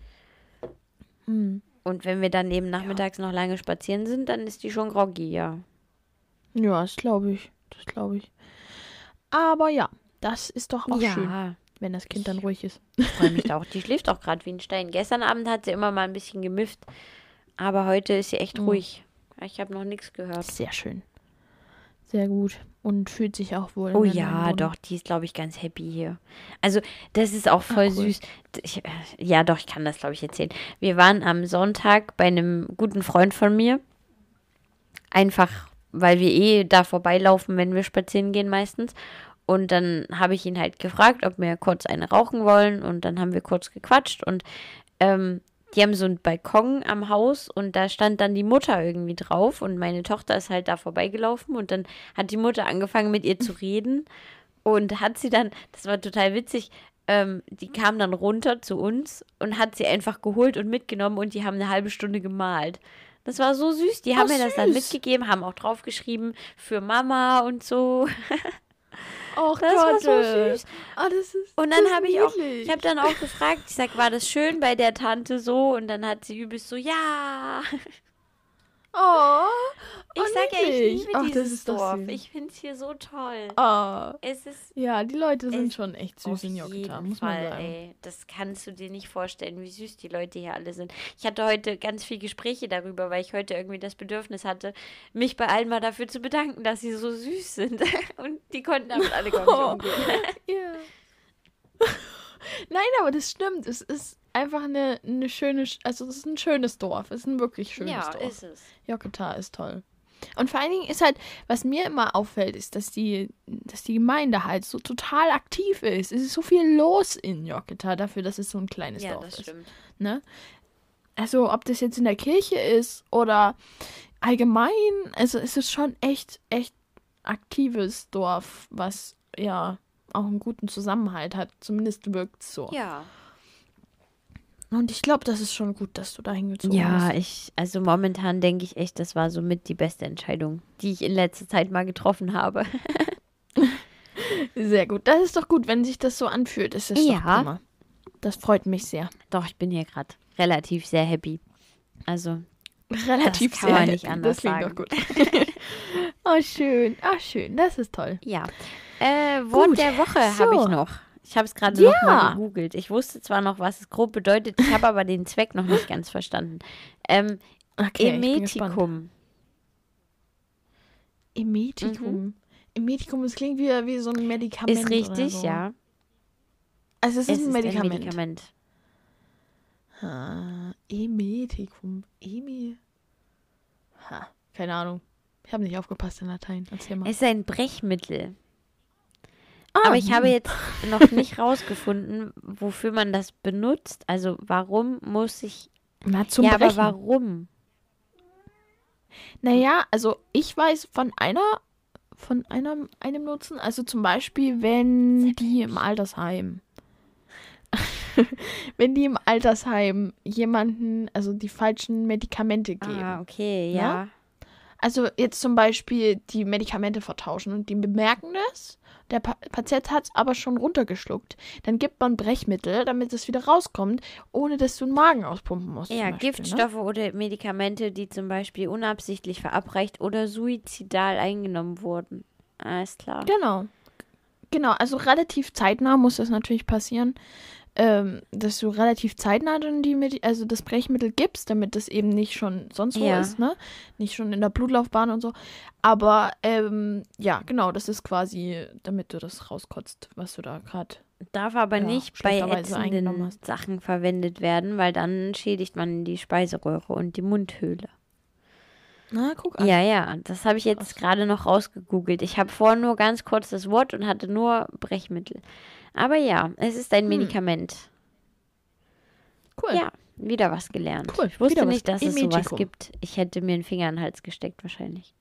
Und wenn wir dann eben nachmittags noch lange spazieren sind, dann ist die schon groggy, ja. Ja, das glaube ich. Das glaube ich. Aber ja, das ist doch auch schön, wenn das Kind dann ruhig ist. Ich freue mich da auch. Die schläft auch gerade wie ein Stein. Gestern Abend hat sie immer mal ein bisschen gemifft, aber heute ist sie echt ruhig. Ich habe noch nichts gehört. Sehr schön. Sehr gut. Und fühlt sich auch wohl. Oh in der ja, neuen Wohnung. doch, die ist, glaube ich, ganz happy hier. Also, das ist auch voll cool. süß. Ja, doch, ich kann das, glaube ich, erzählen. Wir waren am Sonntag bei einem guten Freund von mir. Einfach, weil wir da vorbeilaufen, wenn wir spazieren gehen meistens. Und dann habe ich ihn halt gefragt, ob wir kurz eine rauchen wollen. Und dann haben wir kurz gequatscht. Und die haben so einen Balkon am Haus und da stand dann die Mutter irgendwie drauf und meine Tochter ist halt da vorbeigelaufen und dann hat die Mutter angefangen mit ihr zu reden und hat sie dann, das war total witzig, die kam dann runter zu uns und hat sie einfach geholt und mitgenommen und die haben eine halbe Stunde gemalt. Das war so süß, die haben mir das dann süß. mitgegeben, haben auch draufgeschrieben für Mama und so. Och, Das war so Gotte. süß. Das ist Und dann das ist habe ich niedlich. habe dann auch gefragt, ich sag, war das schön bei der Tante so? Und dann hat sie übelst so, ja. Oh, Ich sag ja, ich niedlich. liebe Ach, das dieses ist doch Dorf. süß. Ich finde es hier so toll. Oh. Es ist Ja, die Leute sind Es- schon echt auf süß in Jokata, jeden muss man Fall, sagen. ey. Das kannst du dir nicht vorstellen, wie süß die Leute hier alle sind. Ich hatte heute ganz viel Gespräche darüber, weil ich heute irgendwie das Bedürfnis hatte, mich bei allen mal dafür zu bedanken, dass sie so süß sind. Und die konnten damit alle gar nicht umgehen. Ja. Nein, aber das stimmt. Es ist einfach eine schöne, also es ist ein schönes Dorf. Es ist ein wirklich schönes Ja, Dorf. ist es. Jokata ist toll. Und vor allen Dingen ist halt, was mir immer auffällt, ist, dass die Gemeinde halt so total aktiv ist. Es ist so viel los in Jokata dafür, dass es so ein kleines Ja, Dorf das ist. stimmt. Ne? Also, ob das jetzt in der Kirche ist oder allgemein, also es ist schon echt aktives Dorf, was ja auch einen guten Zusammenhalt hat. Zumindest wirkt es so. Ja. Und ich glaube, das ist schon gut, dass du da hingezogen Ja, bist. also momentan denke ich echt, das war somit die beste Entscheidung, die ich in letzter Zeit mal getroffen habe. Sehr gut. Das ist doch gut, wenn sich das so anfühlt. Ist das Ja. doch prima. Das freut mich sehr. Doch, ich bin hier gerade relativ sehr happy. Also, Relativ Das kann man sehr nicht happy. anders Das klingt sagen. doch gut. Oh, schön. Ach, schön. Das ist toll. Ja. Wort Gut, der Woche so. habe ich noch. Ich habe es gerade Ja. noch mal gegoogelt. Ich wusste zwar noch, was es grob bedeutet, ich habe aber den Zweck noch nicht ganz verstanden. Okay, ich bin gespannt. Emetikum. Emetikum. Emetikum, das klingt wie so ein Medikament. Ist richtig, oder so. ja. Also es ist ein Medikament. Ein Medikament. Emetikum. Keine Ahnung. Ich habe nicht aufgepasst in Latein. Erzähl mal. Es ist ein Brechmittel. Aber ich habe jetzt noch nicht rausgefunden, wofür man das benutzt. Also warum muss ich... Na, zum ja, Brechen. aber warum? Naja, also ich weiß von einem Nutzen. Also zum Beispiel, wenn die im Altersheim jemanden, also die falschen Medikamente geben. Ah, okay, Ja? ja. Also jetzt zum Beispiel die Medikamente vertauschen und die bemerken das. Der Patient hat es aber schon runtergeschluckt. Dann gibt man Brechmittel, damit es wieder rauskommt, ohne dass du den Magen auspumpen musst. Ja, zum Beispiel, Giftstoffe oder Medikamente, die zum Beispiel unabsichtlich verabreicht oder suizidal eingenommen wurden. Alles klar. Genau, also relativ zeitnah muss das natürlich passieren, dass du relativ zeitnah dann also das Brechmittel gibst, damit das eben nicht schon sonst wo Ja. ist, ne? Nicht schon in der Blutlaufbahn und so. Aber ja, genau, das ist quasi, damit du das rauskotzt, was du da gerade. Darf aber Ja, nicht bei schlechterweise eingenommen ätzenden hast. Sachen verwendet werden, weil dann schädigt man die Speiseröhre und die Mundhöhle. Na, guck an. Ja, das habe ich jetzt gerade noch rausgegoogelt. Ich habe vorher nur ganz kurz das Wort und hatte nur Brechmittel. Aber ja, es ist ein Medikament. Cool. Ja, wieder was gelernt. Cool, Ich wusste wieder was. nicht, dass es sowas Emetikum. gibt. Ich hätte mir einen Finger in den Hals gesteckt wahrscheinlich.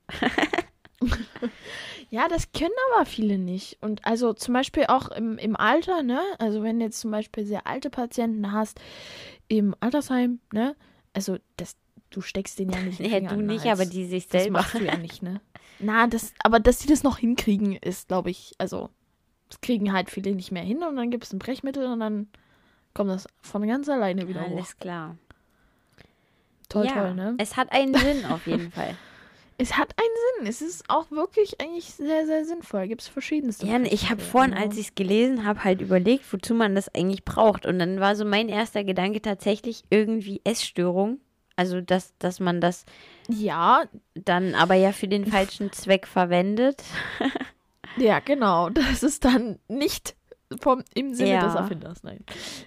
Ja, das können aber viele nicht. Und also zum Beispiel auch im Alter, ne? Also wenn du jetzt zum Beispiel sehr alte Patienten hast im Altersheim, ne? Also du steckst den ja nicht in den Ja, Finger du in den nicht, Hals. aber die sich Das selber. machst du ja nicht, ne? Aber dass sie das noch hinkriegen, ist, glaube ich, also das kriegen halt viele nicht mehr hin und dann gibt es ein Brechmittel und dann kommt das von ganz alleine wieder hoch. Alles klar. Toll, Ja, toll, ne? es hat einen Sinn auf jeden Fall. Es hat einen Sinn. Es ist auch wirklich eigentlich sehr, sehr sinnvoll. Gibt es verschiedenste. Ja, ich habe Brechmittel, vorhin, genau. als ich es gelesen habe, halt überlegt, wozu man das eigentlich braucht. Und dann war so mein erster Gedanke tatsächlich irgendwie Essstörung. Also, dass man das Ja, dann aber ja für den falschen Zweck verwendet. ja, genau. Das ist dann nicht im Sinne Ja. des Erfinders, nein.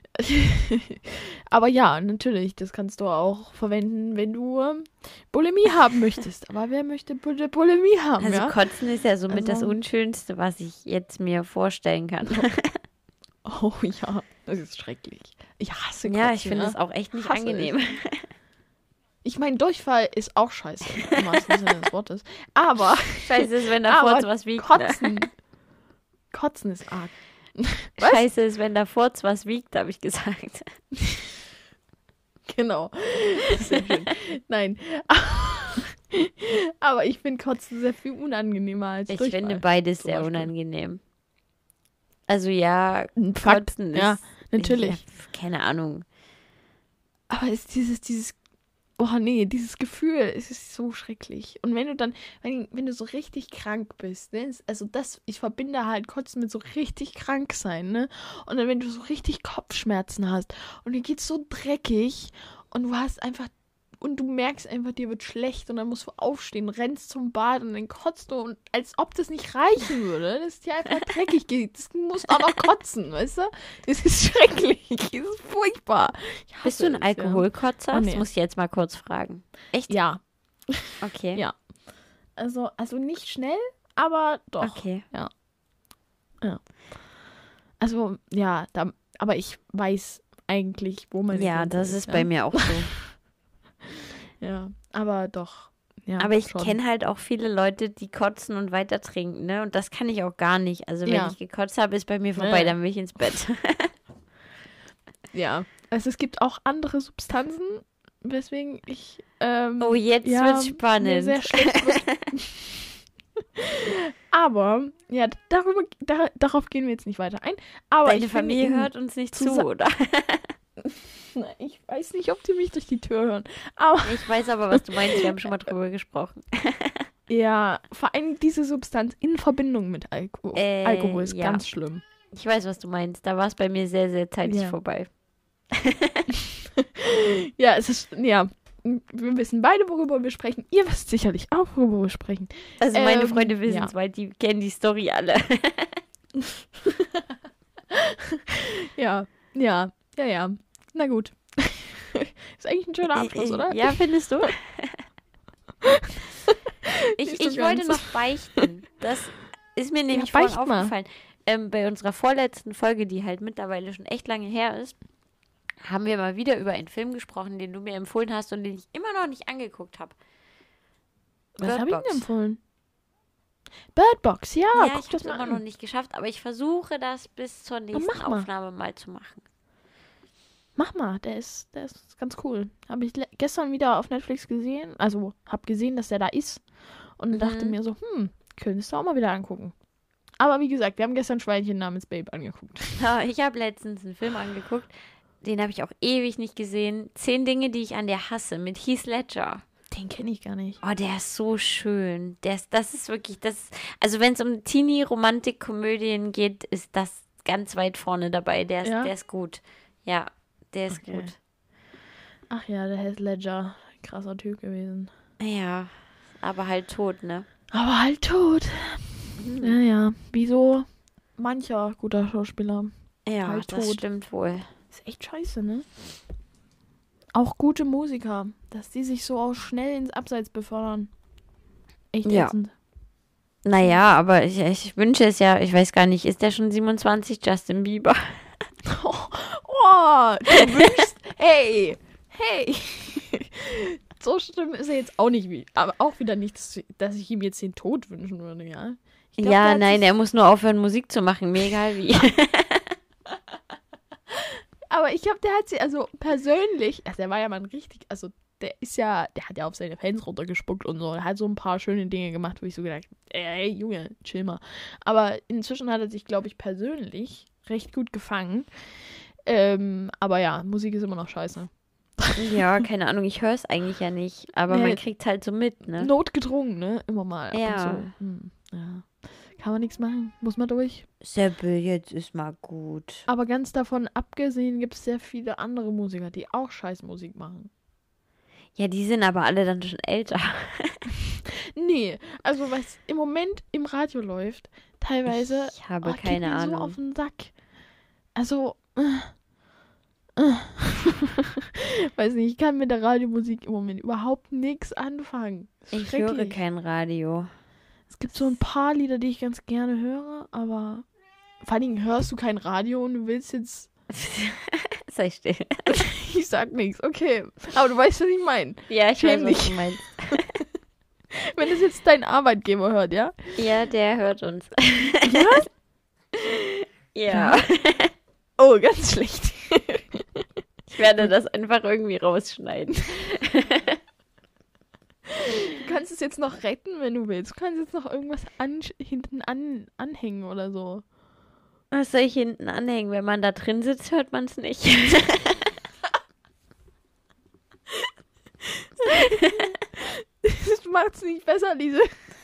Aber ja, natürlich, das kannst du auch verwenden, wenn du Bulimie haben möchtest. Aber wer möchte bitte Bulimie haben, Also ja? Kotzen ist ja somit das Also- Unschönste, was ich jetzt mir vorstellen kann. Oh ja, das ist schrecklich. Ich hasse Kotzen. Ja, ich finde es auch echt nicht Hasse angenehm. Ich meine, Durchfall ist auch scheiße, im wahrsten Sinne des Wortes. Aber Scheiße ist, wenn davor Aber was wiegt. Ne? Kotzen ist arg. Was? Scheiße ist, wenn davor was wiegt, habe ich gesagt. Genau. Sehr schön. Nein. Aber ich finde Kotzen sehr viel unangenehmer als Ich Durchfall. finde beides zum sehr Beispiel. unangenehm. Also ja, Ein Fakt. Kotzen Ja, ist... natürlich. Ja, keine Ahnung. Aber es ist dieses Gefühl, es ist so schrecklich. Und wenn du dann, wenn du so richtig krank bist, ne, ich verbinde halt Kotzen mit so richtig krank sein, ne? Und dann, wenn du so richtig Kopfschmerzen hast und dir geht's so dreckig und du merkst einfach, dir wird schlecht und dann musst du aufstehen, rennst zum Bad und dann kotzt du und als ob das nicht reichen würde, dass es dir einfach dreckig geht. Das musst auch noch kotzen, weißt du? Es ist schrecklich, es ist furchtbar. Ich hasse Bist du ein es, ja. Alkoholkotzer? Oh, nee. Das muss ich jetzt mal kurz fragen. Echt? Ja. Okay. Ja. Also nicht schnell, aber doch. Okay. Also, ja, aber ich weiß eigentlich, wo meine Ja, Grenze das ist ja. bei mir auch so. Ja, aber doch. Ja, Aber ich schon. kenne halt auch viele Leute, die kotzen und weiter trinken, ne? Und das kann ich auch gar nicht. Also wenn Ja. ich gekotzt habe, ist bei mir vorbei, Ja. dann will ich ins Bett. Ja. Also es gibt auch andere Substanzen, weswegen ich Oh, jetzt ja, wird's mir spannend. sehr schlecht wird. Aber, ja, darauf gehen wir jetzt nicht weiter ein. Aber Deine ich finde Familie in hört uns nicht zu, Zusa- oder? Ich weiß nicht, ob die mich durch die Tür hören. Aber Ich weiß aber, was du meinst. Wir haben schon mal drüber gesprochen. ja, vor allem diese Substanz in Verbindung mit Alkohol ist ja. ganz schlimm. Ich weiß, was du meinst. Da war es bei mir sehr, sehr zeitig vorbei. Ja, wir wissen beide, worüber wir sprechen. Ihr wisst sicherlich auch, worüber wir sprechen. Also meine Freunde wissen es, weil die kennen die Story alle. Ja. Na gut. Ist eigentlich ein schöner Abschluss, oder? Ja, findest du? Ich wollte noch beichten. Das ist mir nämlich vorhin aufgefallen. Bei unserer vorletzten Folge, die halt mittlerweile schon echt lange her ist, haben wir mal wieder über einen Film gesprochen, den du mir empfohlen hast und den ich immer noch nicht angeguckt habe. Was habe ich denn empfohlen? Bird Box, ja. Ja, ich habe es immer noch nicht geschafft, aber ich versuche das bis zur nächsten Aufnahme mal zu machen. Mach mal, der ist ganz cool. Habe ich gestern wieder auf Netflix gesehen. Also, habe gesehen, dass der da ist. Und dachte mir so, könntest du auch mal wieder angucken. Aber wie gesagt, wir haben gestern Schweinchen namens Babe angeguckt. Ja, ich habe letztens einen Film angeguckt. Den habe ich auch ewig nicht gesehen. 10 Dinge, die ich an dir hasse, mit Heath Ledger. Den kenne ich gar nicht. Oh, der ist so schön. Das ist wirklich, also wenn es um Teenie-Romantik-Komödien geht, ist das ganz weit vorne dabei. Der ist gut. Ja, der ist gut. Ach ja, der Heath Ledger. Krasser Typ gewesen. Ja, aber halt tot, ne? Aber halt tot. Ja. Wie so mancher guter Schauspieler. Ja, halt das tot. Stimmt wohl. Ist echt scheiße, ne? Auch gute Musiker, dass die sich so auch schnell ins Abseits befördern. Echt ätzend. Naja, aber ich wünsche es ja, ich weiß gar nicht, ist der schon 27, Justin Bieber? Du wünschst, hey. So schlimm ist er jetzt auch nicht, aber auch wieder nicht, dass ich ihm jetzt den Tod wünschen würde, ja? Glaub, er muss nur aufhören, Musik zu machen, mir egal wie. Aber ich glaube, der hat sie, also persönlich, der war ja mal der hat ja auf seine Fans runtergespuckt und so. Er hat so ein paar schöne Dinge gemacht, wo ich so gedacht, ey, Junge, chill mal. Aber inzwischen hat er sich, glaube ich, persönlich recht gut gefangen. Aber ja, Musik ist immer noch scheiße. Ja, keine Ahnung, ich höre es eigentlich ja nicht, aber man kriegt halt so mit, ne? Notgedrungen, ne? Immer mal. Ja. Ab und so. Ja. Kann man nichts machen, muss man durch. Seppel, jetzt ist mal gut. Aber ganz davon abgesehen gibt es sehr viele andere Musiker, die auch scheiß Musik machen. Ja, die sind aber alle dann schon älter. Nee, also was im Moment im Radio läuft, teilweise ich habe keine geht mir Ahnung. so auf den Sack. Also, weiß nicht, ich kann mit der Radiomusik im Moment überhaupt nichts anfangen. Ich höre kein Radio. Es gibt so ein paar Lieder, die ich ganz gerne höre, aber vor allen Dingen hörst du kein Radio und du willst jetzt... Sei still. Ich sag nichts, okay. Aber du weißt, was ich meine. Ja, ich weiß, was du meinst. Wenn das jetzt dein Arbeitgeber hört, ja? Ja, der hört uns. Ja? Ja. Oh, ganz schlecht. Ich werde das einfach irgendwie rausschneiden. Du kannst es jetzt noch retten, wenn du willst. Du kannst jetzt noch irgendwas hinten anhängen oder so. Was soll ich hinten anhängen? Wenn man da drin sitzt, hört man es nicht. Das macht's nicht besser, Lise.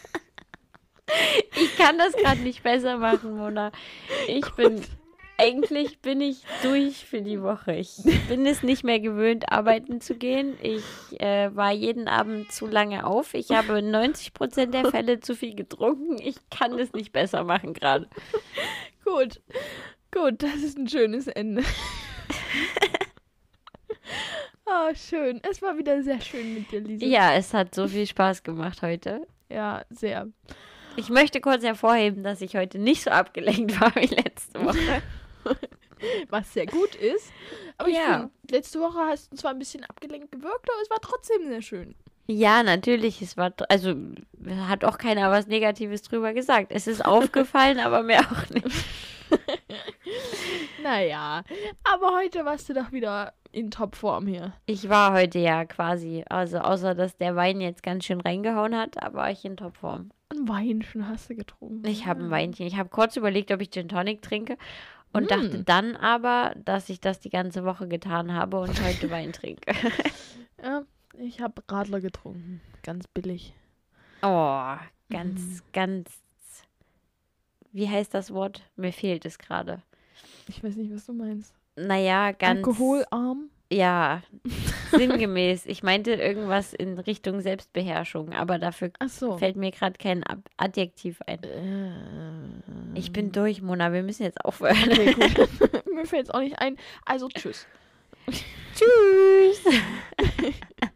Ich kann das gerade nicht besser machen, Mona. Eigentlich bin ich durch für die Woche. Ich bin es nicht mehr gewöhnt, arbeiten zu gehen. Ich war jeden Abend zu lange auf. Ich habe 90% der Fälle zu viel getrunken. Ich kann es nicht besser machen gerade. Gut, das ist ein schönes Ende. Oh, schön. Es war wieder sehr schön mit dir, Lisa. Ja, es hat so viel Spaß gemacht heute. Ja, sehr. Ich möchte kurz hervorheben, dass ich heute nicht so abgelenkt war wie letzte Woche. Was sehr gut ist. Aber ich finde, letzte Woche hast du zwar ein bisschen abgelenkt gewirkt, aber es war trotzdem sehr schön. Ja, natürlich. Also hat auch keiner was Negatives drüber gesagt. Es ist aufgefallen, aber mir auch nicht. Naja, aber heute warst du doch wieder in Topform hier. Ich war heute ja quasi, also außer dass der Wein jetzt ganz schön reingehauen hat, war ich in Topform. Ein Weinchen hast du getrunken. Ich habe ein Weinchen. Ich habe kurz überlegt, ob ich Gin Tonic trinke Und dachte dann aber, dass ich das die ganze Woche getan habe und heute Wein trinke. Ja, ich habe Radler getrunken. Ganz billig. Oh, ganz. Wie heißt das Wort? Mir fehlt es gerade. Ich weiß nicht, was du meinst. Naja, ganz. Alkoholarm? Ja, sinngemäß. Ich meinte irgendwas in Richtung Selbstbeherrschung, aber dafür fällt mir gerade kein Adjektiv ein. Ich bin durch, Mona. Wir müssen jetzt aufhören. Okay, gut. Mir fällt es auch nicht ein. Also, tschüss. Tschüss.